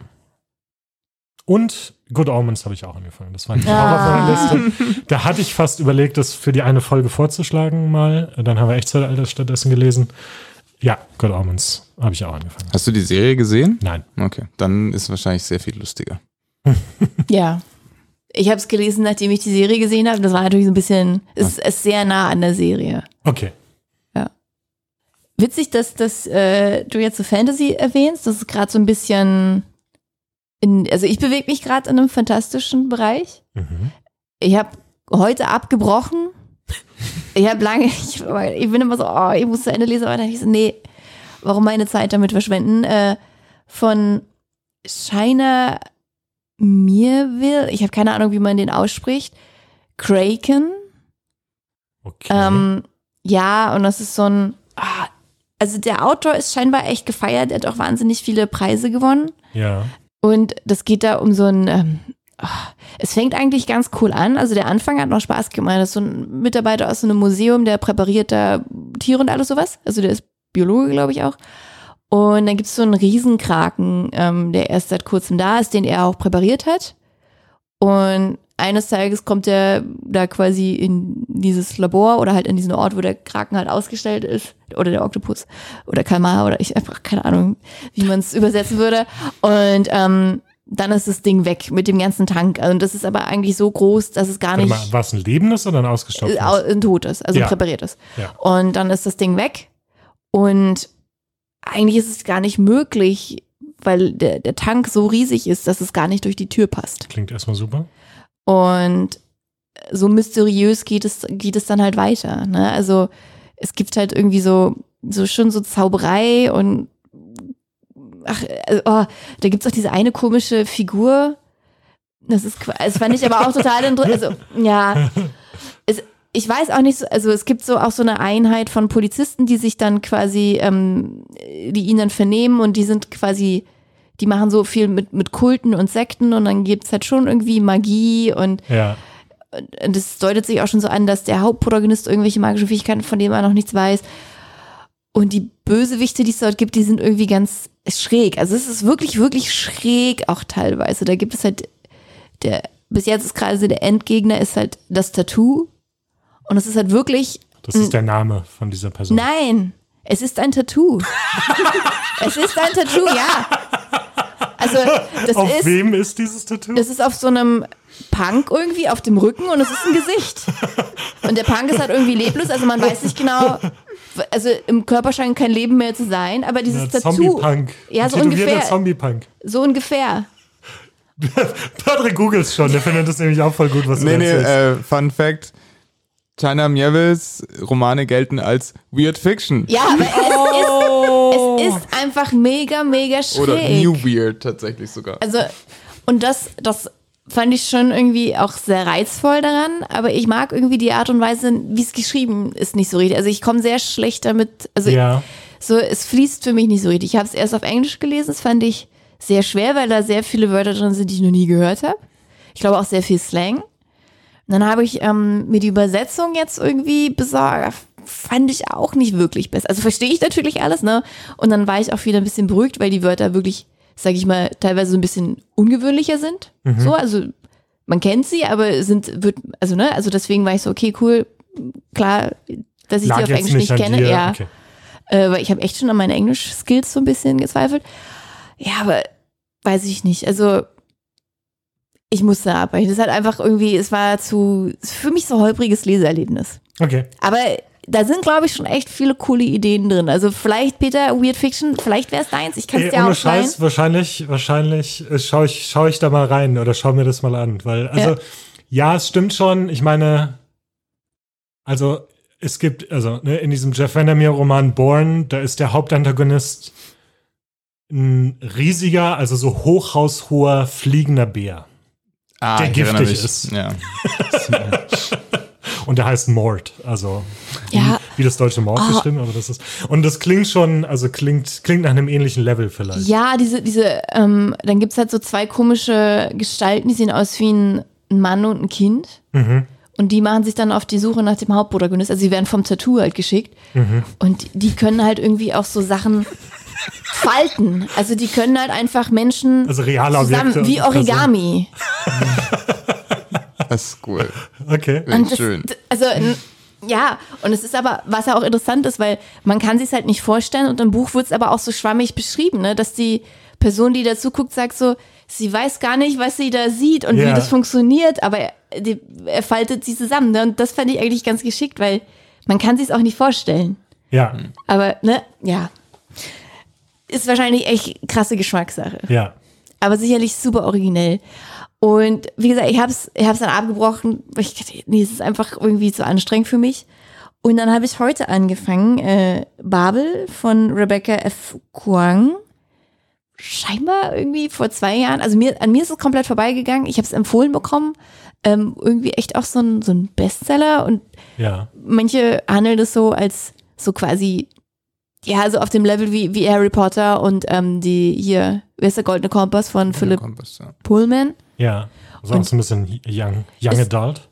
Und Good Omens habe ich auch angefangen. Das war nicht auch auf meiner Liste. Da hatte ich fast überlegt, das für die eine Folge vorzuschlagen mal. Dann haben wir Echtzeitalter stattdessen gelesen. Ja, Good Omens habe ich auch angefangen. Hast du die Serie gesehen? Nein. Okay, dann ist es wahrscheinlich sehr viel lustiger. Ja. Ich habe es gelesen, nachdem ich die Serie gesehen habe. Das war natürlich so ein bisschen, es ist sehr nah an der Serie. Okay. Ja. Witzig, dass du jetzt so Fantasy erwähnst. Das ist gerade so ein bisschen, also ich bewege mich gerade in einem fantastischen Bereich. Mhm. Ich habe heute abgebrochen. Ich habe lange, ich bin immer so, ich muss zu Ende lesen, aber dann ich so, nee, warum meine Zeit damit verschwenden? Von Shiner Mirville, ich habe keine Ahnung, wie man den ausspricht. Kraken. Okay. Ja, und das ist so ein, also der Autor ist scheinbar echt gefeiert, er hat auch wahnsinnig viele Preise gewonnen. Ja. Und das geht da um so ein, es fängt eigentlich ganz cool an. Also der Anfang hat noch Spaß gemacht. Das ist so ein Mitarbeiter aus so einem Museum, der präpariert da Tiere und alles sowas. Also der ist Biologe, glaube ich auch. Und dann gibt es so einen Riesenkraken, der erst seit kurzem da ist, den er auch präpariert hat. Und eines Tages kommt er da quasi in dieses Labor oder halt in diesen Ort, wo der Kraken halt ausgestellt ist. Oder der Oktopus. Oder Kalmar oder ich einfach keine Ahnung, wie man es übersetzen würde. Und dann ist das Ding weg mit dem ganzen Tank. Und das ist aber eigentlich so groß, dass es gar nicht... War es ein lebendes oder ein ausgestopftes? Ein totes, also präpariertes. Ja. Und dann ist das Ding weg. Und eigentlich ist es gar nicht möglich, weil der Tank so riesig ist, dass es gar nicht durch die Tür passt. Klingt erstmal super. Und so mysteriös geht es dann halt weiter. Ne? Also es gibt halt irgendwie so schon so Zauberei und da gibt's auch diese eine komische Figur. Das fand ich aber auch total interessant. Also, ja. Ich weiß auch nicht, also es gibt so auch so eine Einheit von Polizisten, die sich dann quasi, die ihn dann vernehmen und die sind quasi, die machen so viel mit Kulten und Sekten und dann gibt's halt schon irgendwie Magie und das deutet sich auch schon so an, dass der Hauptprotagonist irgendwelche magischen Fähigkeiten, von denen er noch nichts weiß. Und die Bösewichte, die es dort gibt, die sind irgendwie ganz schräg. Also es ist wirklich, wirklich schräg auch teilweise. Da gibt es halt, bis jetzt ist gerade so der Endgegner ist halt das Tattoo. Und es ist halt wirklich. Das ist der Name von dieser Person. Nein, es ist ein Tattoo. Es ist ein Tattoo, ja. Also, auf wem ist dieses Tattoo? Das ist auf so einem Punk irgendwie auf dem Rücken und es ist ein Gesicht. Und der Punk ist halt irgendwie leblos, also man weiß nicht genau, also im Körper scheint kein Leben mehr zu sein, aber dieses Tattoo. Zombie-Punk. Ja, so ungefähr. Zombie-Punk. So ungefähr. Patrick googelt schon, der findet das nämlich auch voll gut, was du erzählst. Fun Fact. China Miéville's Romane gelten als Weird Fiction. Ja, aber es ist einfach mega, mega schräg. Oder New Weird tatsächlich sogar. Also, und das fand ich schon irgendwie auch sehr reizvoll daran, aber ich mag irgendwie die Art und Weise, wie es geschrieben ist, nicht so richtig. Also ich komme sehr schlecht damit, also es fließt für mich nicht so richtig. Ich habe es erst auf Englisch gelesen, das fand ich sehr schwer, weil da sehr viele Wörter drin sind, die ich noch nie gehört habe. Ich glaube auch sehr viel Slang. Und dann habe ich mir die Übersetzung jetzt irgendwie besorgt. Fand ich auch nicht wirklich besser. Also verstehe ich natürlich alles, ne? Und dann war ich auch wieder ein bisschen beruhigt, weil die Wörter wirklich, sage ich mal, teilweise so ein bisschen ungewöhnlicher sind. Mhm. So, also man kennt sie, aber also deswegen war ich so, okay, cool, klar, dass ich sie auf Englisch nicht kenne. Ja. Okay. Weil ich habe echt schon an meine Englisch-Skills so ein bisschen gezweifelt. Ja, aber weiß ich nicht. Also ich musste abbrechen. Das ist halt einfach irgendwie, es war für mich so holpriges Leseerlebnis. Okay. Aber da sind, glaube ich, schon echt viele coole Ideen drin. Also vielleicht, Peter, Weird Fiction, vielleicht wäre es deins. Ich kann es dir auch Scheiß, wahrscheinlich schaue ich da mal rein oder schau mir das mal an. Weil, ja, es stimmt schon. Ich meine, also es gibt, in diesem Jeff Vandermeer-Roman Born, da ist der Hauptantagonist ein riesiger, also so hochhaushoher fliegender Bär. Der giftig ist. Ja. Und der heißt Mort, also wie das deutsche Mord geschrieben, aber das ist. Und das klingt schon, also klingt nach einem ähnlichen Level vielleicht. Ja, dann gibt's halt so zwei komische Gestalten, die sehen aus wie ein Mann und ein Kind. Mhm. Und die machen sich dann auf die Suche nach dem Hauptprotagonist. Also sie werden vom Tattoo halt geschickt. Mhm. Und die können halt irgendwie auch so Sachen falten. Also die können halt einfach Menschen reale Objekte wie Origami. Das ist cool. Okay. Schön. Und es ist aber, was ja auch interessant ist, weil man kann sich halt nicht vorstellen und im Buch wird es aber auch so schwammig beschrieben, ne, dass die Person, die dazu guckt, sagt so, sie weiß gar nicht, was sie da sieht und wie das funktioniert, aber er faltet sie zusammen. Ne? Und das fand ich eigentlich ganz geschickt, weil man kann sich es auch nicht vorstellen. Ja. Aber, ist wahrscheinlich echt krasse Geschmackssache. Ja. Aber sicherlich super originell. Und wie gesagt, ich hab's dann abgebrochen, weil ich dachte, nee, es ist einfach irgendwie zu anstrengend für mich. Und dann habe ich heute angefangen, Babel von Rebecca F. Kuang. Scheinbar irgendwie vor 2 Jahren. Also an mir ist es komplett vorbeigegangen. Ich habe es empfohlen bekommen. Irgendwie echt auch so ein Bestseller. Und manche handeln das so als so quasi, so auf dem Level wie Harry Potter und wer ist der Goldene Kompass von Philipp Pullman. Ja, also auch so ein bisschen young adult.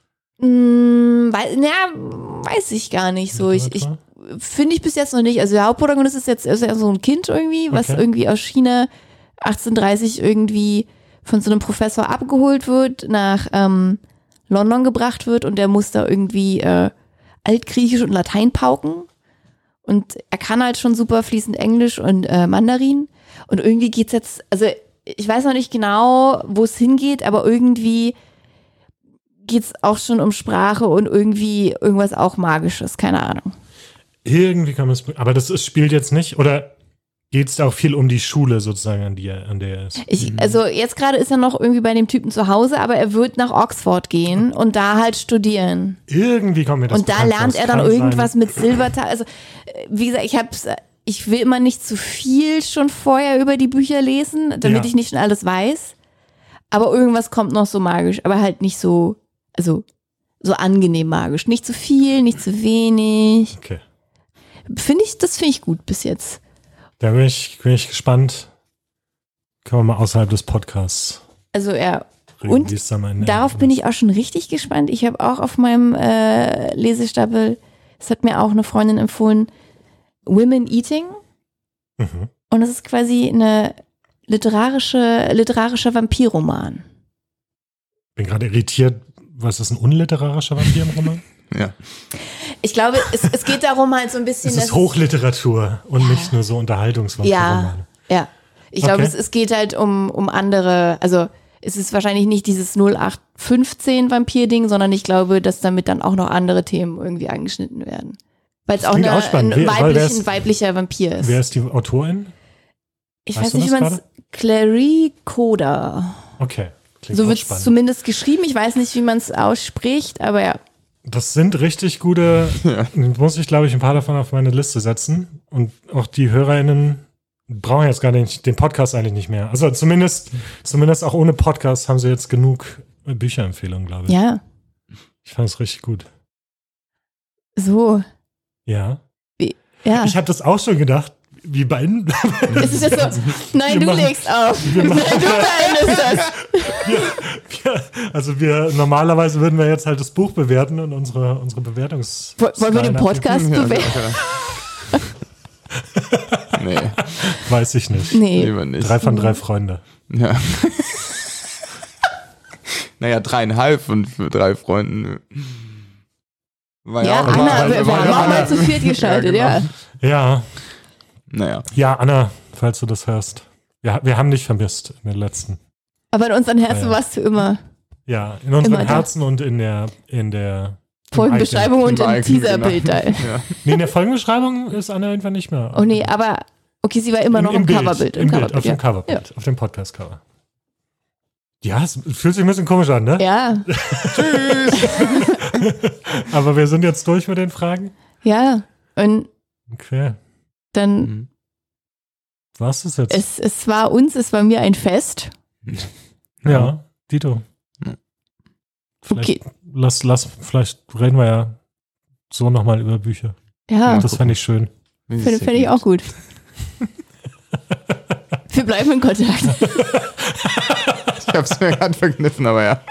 Weiß ich gar nicht so. Ich finde ich bis jetzt noch nicht. Also der Hauptprotagonist ist ja so ein Kind irgendwie, was irgendwie aus China 1830 irgendwie von so einem Professor abgeholt wird, nach London gebracht wird und der muss da irgendwie Altgriechisch und Latein pauken. Und er kann halt schon super fließend Englisch und Mandarin. Und irgendwie geht's jetzt, also ich weiß noch nicht genau, wo es hingeht, aber irgendwie geht's auch schon um Sprache und irgendwie irgendwas auch Magisches, keine Ahnung. Irgendwie kann man es, aber das spielt jetzt nicht, oder geht es da auch viel um die Schule sozusagen, an der er ist? Also jetzt gerade ist er noch irgendwie bei dem Typen zu Hause, aber er wird nach Oxford gehen und da halt studieren. Irgendwie kommt mir das und da lernt er dann irgendwas mit Silbertal. Also wie gesagt, ich will immer nicht zu viel schon vorher über die Bücher lesen, damit ich nicht schon alles weiß. Aber irgendwas kommt noch so magisch, aber halt nicht so, also so angenehm magisch. Nicht zu viel, nicht zu wenig. Okay. Das finde ich gut bis jetzt. Da bin ich gespannt. Können wir mal außerhalb des Podcasts Also reden, und wie es am Ende darauf bin ich auch schon richtig gespannt. Ich habe auch auf meinem Lesestapel, das hat mir auch eine Freundin empfohlen, Women Eating. Mhm. Und das ist quasi eine literarischer Vampirroman. Bin gerade irritiert. Was ist ein unliterarischer Vampirroman? Ja. Ich glaube, es geht darum halt so ein bisschen. Es ist Hochliteratur und nicht nur so Unterhaltungsvampirromane. Ja. Ich glaube, es geht halt um andere, also es ist wahrscheinlich nicht dieses 0815 Vampir-Ding, sondern ich glaube, dass damit dann auch noch andere Themen irgendwie angeschnitten werden. Weil es auch ein weiblicher Vampir ist. Wer ist die Autorin? Ich weiß nicht, wie man es. Clary Coda. Okay. Klingt So auch wird es spannend. zumindest geschrieben. Ich weiß nicht, wie man es ausspricht, aber ja. Das sind richtig gute, muss ich glaube ich ein paar davon auf meine Liste setzen. Und auch die HörerInnen brauchen jetzt gar nicht den Podcast eigentlich nicht mehr. Also zumindest auch ohne Podcast haben sie jetzt genug Bücherempfehlungen, glaube ich. Ja. Ich fand es richtig gut. So. Ja. Ja. Ich habe das auch schon gedacht. Wie beiden. Es ist jetzt so, nein, du legst auf. Nein, du beendest das. Normalerweise würden wir jetzt halt das Buch bewerten und unsere Bewertungs. Wollen wir den Podcast bewerten? Nee, Weiß ich nicht. Nee. lieber nicht. 3 von 3 Freunde. Ja. Naja, 3,5 von 3 Freunden. War Ja, auch Anna, wir haben auch mal zu viert geschaltet, ja. Ja. Naja. Ja, Anna, falls du das hörst. Wir haben dich vermisst in den letzten. Aber in unseren Herzen warst du immer. Ja, in unseren Immer da. Herzen und in der Folgenbeschreibung und im eigenen, Teaserbild. genau. Genau. Ja. Nee, in der Folgenbeschreibung ist Anna irgendwann nicht mehr. Oh nee, aber okay, sie war immer noch im Bild, Coverbild. Im Bild, auf ja. dem Coverbild, auf dem Podcast-Cover. Ja, es fühlt sich ein bisschen komisch an, ne? Ja, Aber wir sind jetzt durch mit den Fragen. ja. Und Okay. dann, Was ist jetzt? es war mir ein Fest. Ja, Dito. Okay. Vielleicht reden wir ja so nochmal über Bücher. Ja, Das fände ich schön. finde ich auch gut. Wir bleiben in Kontakt. Ich hab's mir gerade verkniffen, aber ja.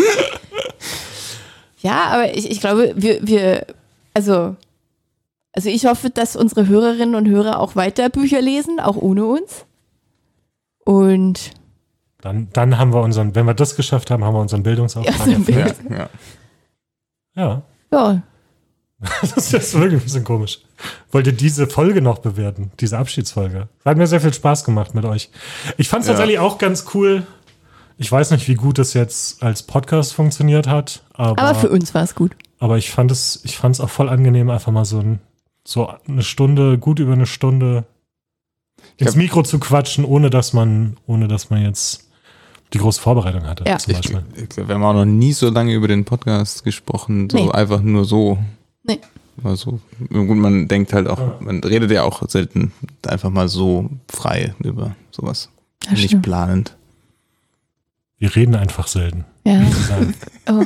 Ja, aber ich glaube, also ich hoffe, dass unsere Hörerinnen und Hörer auch weiter Bücher lesen, auch ohne uns. Und Dann haben wir wenn wir das geschafft haben, haben wir unseren Bildungsauftrag Ja, so ein erfüllt. Ja. Ja. ja, Das ist jetzt wirklich ein bisschen komisch. Wollt ihr diese Folge noch bewerten? Diese Abschiedsfolge? Hat mir sehr viel Spaß gemacht mit euch. Ich fand es tatsächlich auch ganz cool. Ich weiß nicht, wie gut das jetzt als Podcast funktioniert hat, aber für uns war es gut. aber ich fand es auch voll angenehm, einfach mal so eine Stunde, gut über eine Stunde ins Mikro zu quatschen, ohne dass man jetzt die große Vorbereitung hatte, Ja. zum Beispiel. Ich glaube, wir haben auch noch nie so lange über den Podcast gesprochen, so Nee. einfach nur so. Nee. Also, gut, man denkt halt auch, man redet ja auch selten einfach mal so frei über sowas. Das Nicht stimmt. planend. Wir reden einfach selten. Ja. sozusagen. Oh.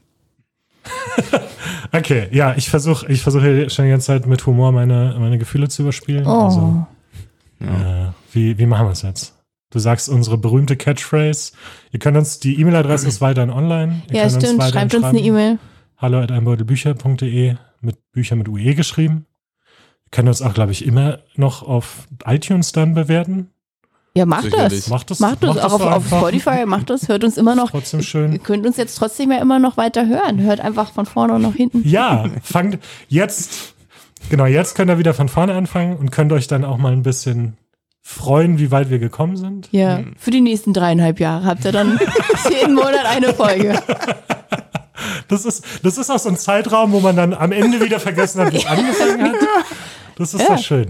Okay, ja, ich versuche hier schon die ganze Zeit mit Humor meine Gefühle zu überspielen. Oh. Also, Ja. wie machen wir es jetzt? Du sagst unsere berühmte Catchphrase. Ihr könnt uns, die E-Mail-Adresse ist weiterhin online. Ihr Ja, könnt stimmt. weiterhin Schreibt uns eine schreiben. E-Mail. hallo@einbeutelbücher.de mit Bücher mit UE geschrieben. Ihr könnt uns auch, glaube ich, immer noch auf iTunes dann bewerten. Ja, macht Sicherlich. das. Macht das Macht das auch so auf einfach. Spotify, macht das, hört uns immer noch. Trotzdem Ihr schön. könnt uns jetzt trotzdem ja immer noch weiter hören. Hört einfach von vorne und nach hinten. Ja, fangt jetzt könnt ihr wieder von vorne anfangen und könnt euch dann auch mal ein bisschen freuen, wie weit wir gekommen sind. Ja, für die nächsten 3,5 Jahre habt ihr dann jeden Monat eine Folge. Das ist auch so ein Zeitraum, wo man dann am Ende wieder vergessen hat, wie es angefangen hat. Das ist doch schön.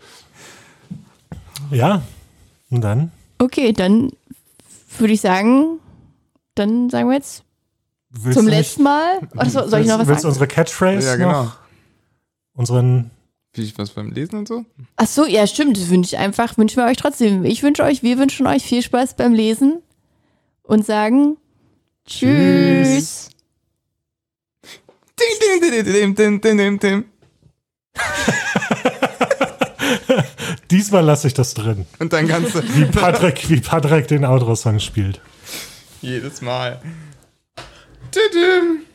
Ja, und dann? Okay, dann würde ich sagen, dann sagen wir jetzt Willst zum du nicht- letzten Mal. Oder soll ich noch was Willst du sagen? unsere Catchphrase Ja, genau. noch? Unseren Viel Spaß beim Lesen und so? Ach so, ja, stimmt. Das wünschen wir euch trotzdem. Wir wünschen euch viel Spaß beim Lesen und sagen Tschüss. Tim. Diesmal lasse ich das drin. Und dann kannst du Wie Patrick den Outro-Song spielt. jedes Mal. Tim.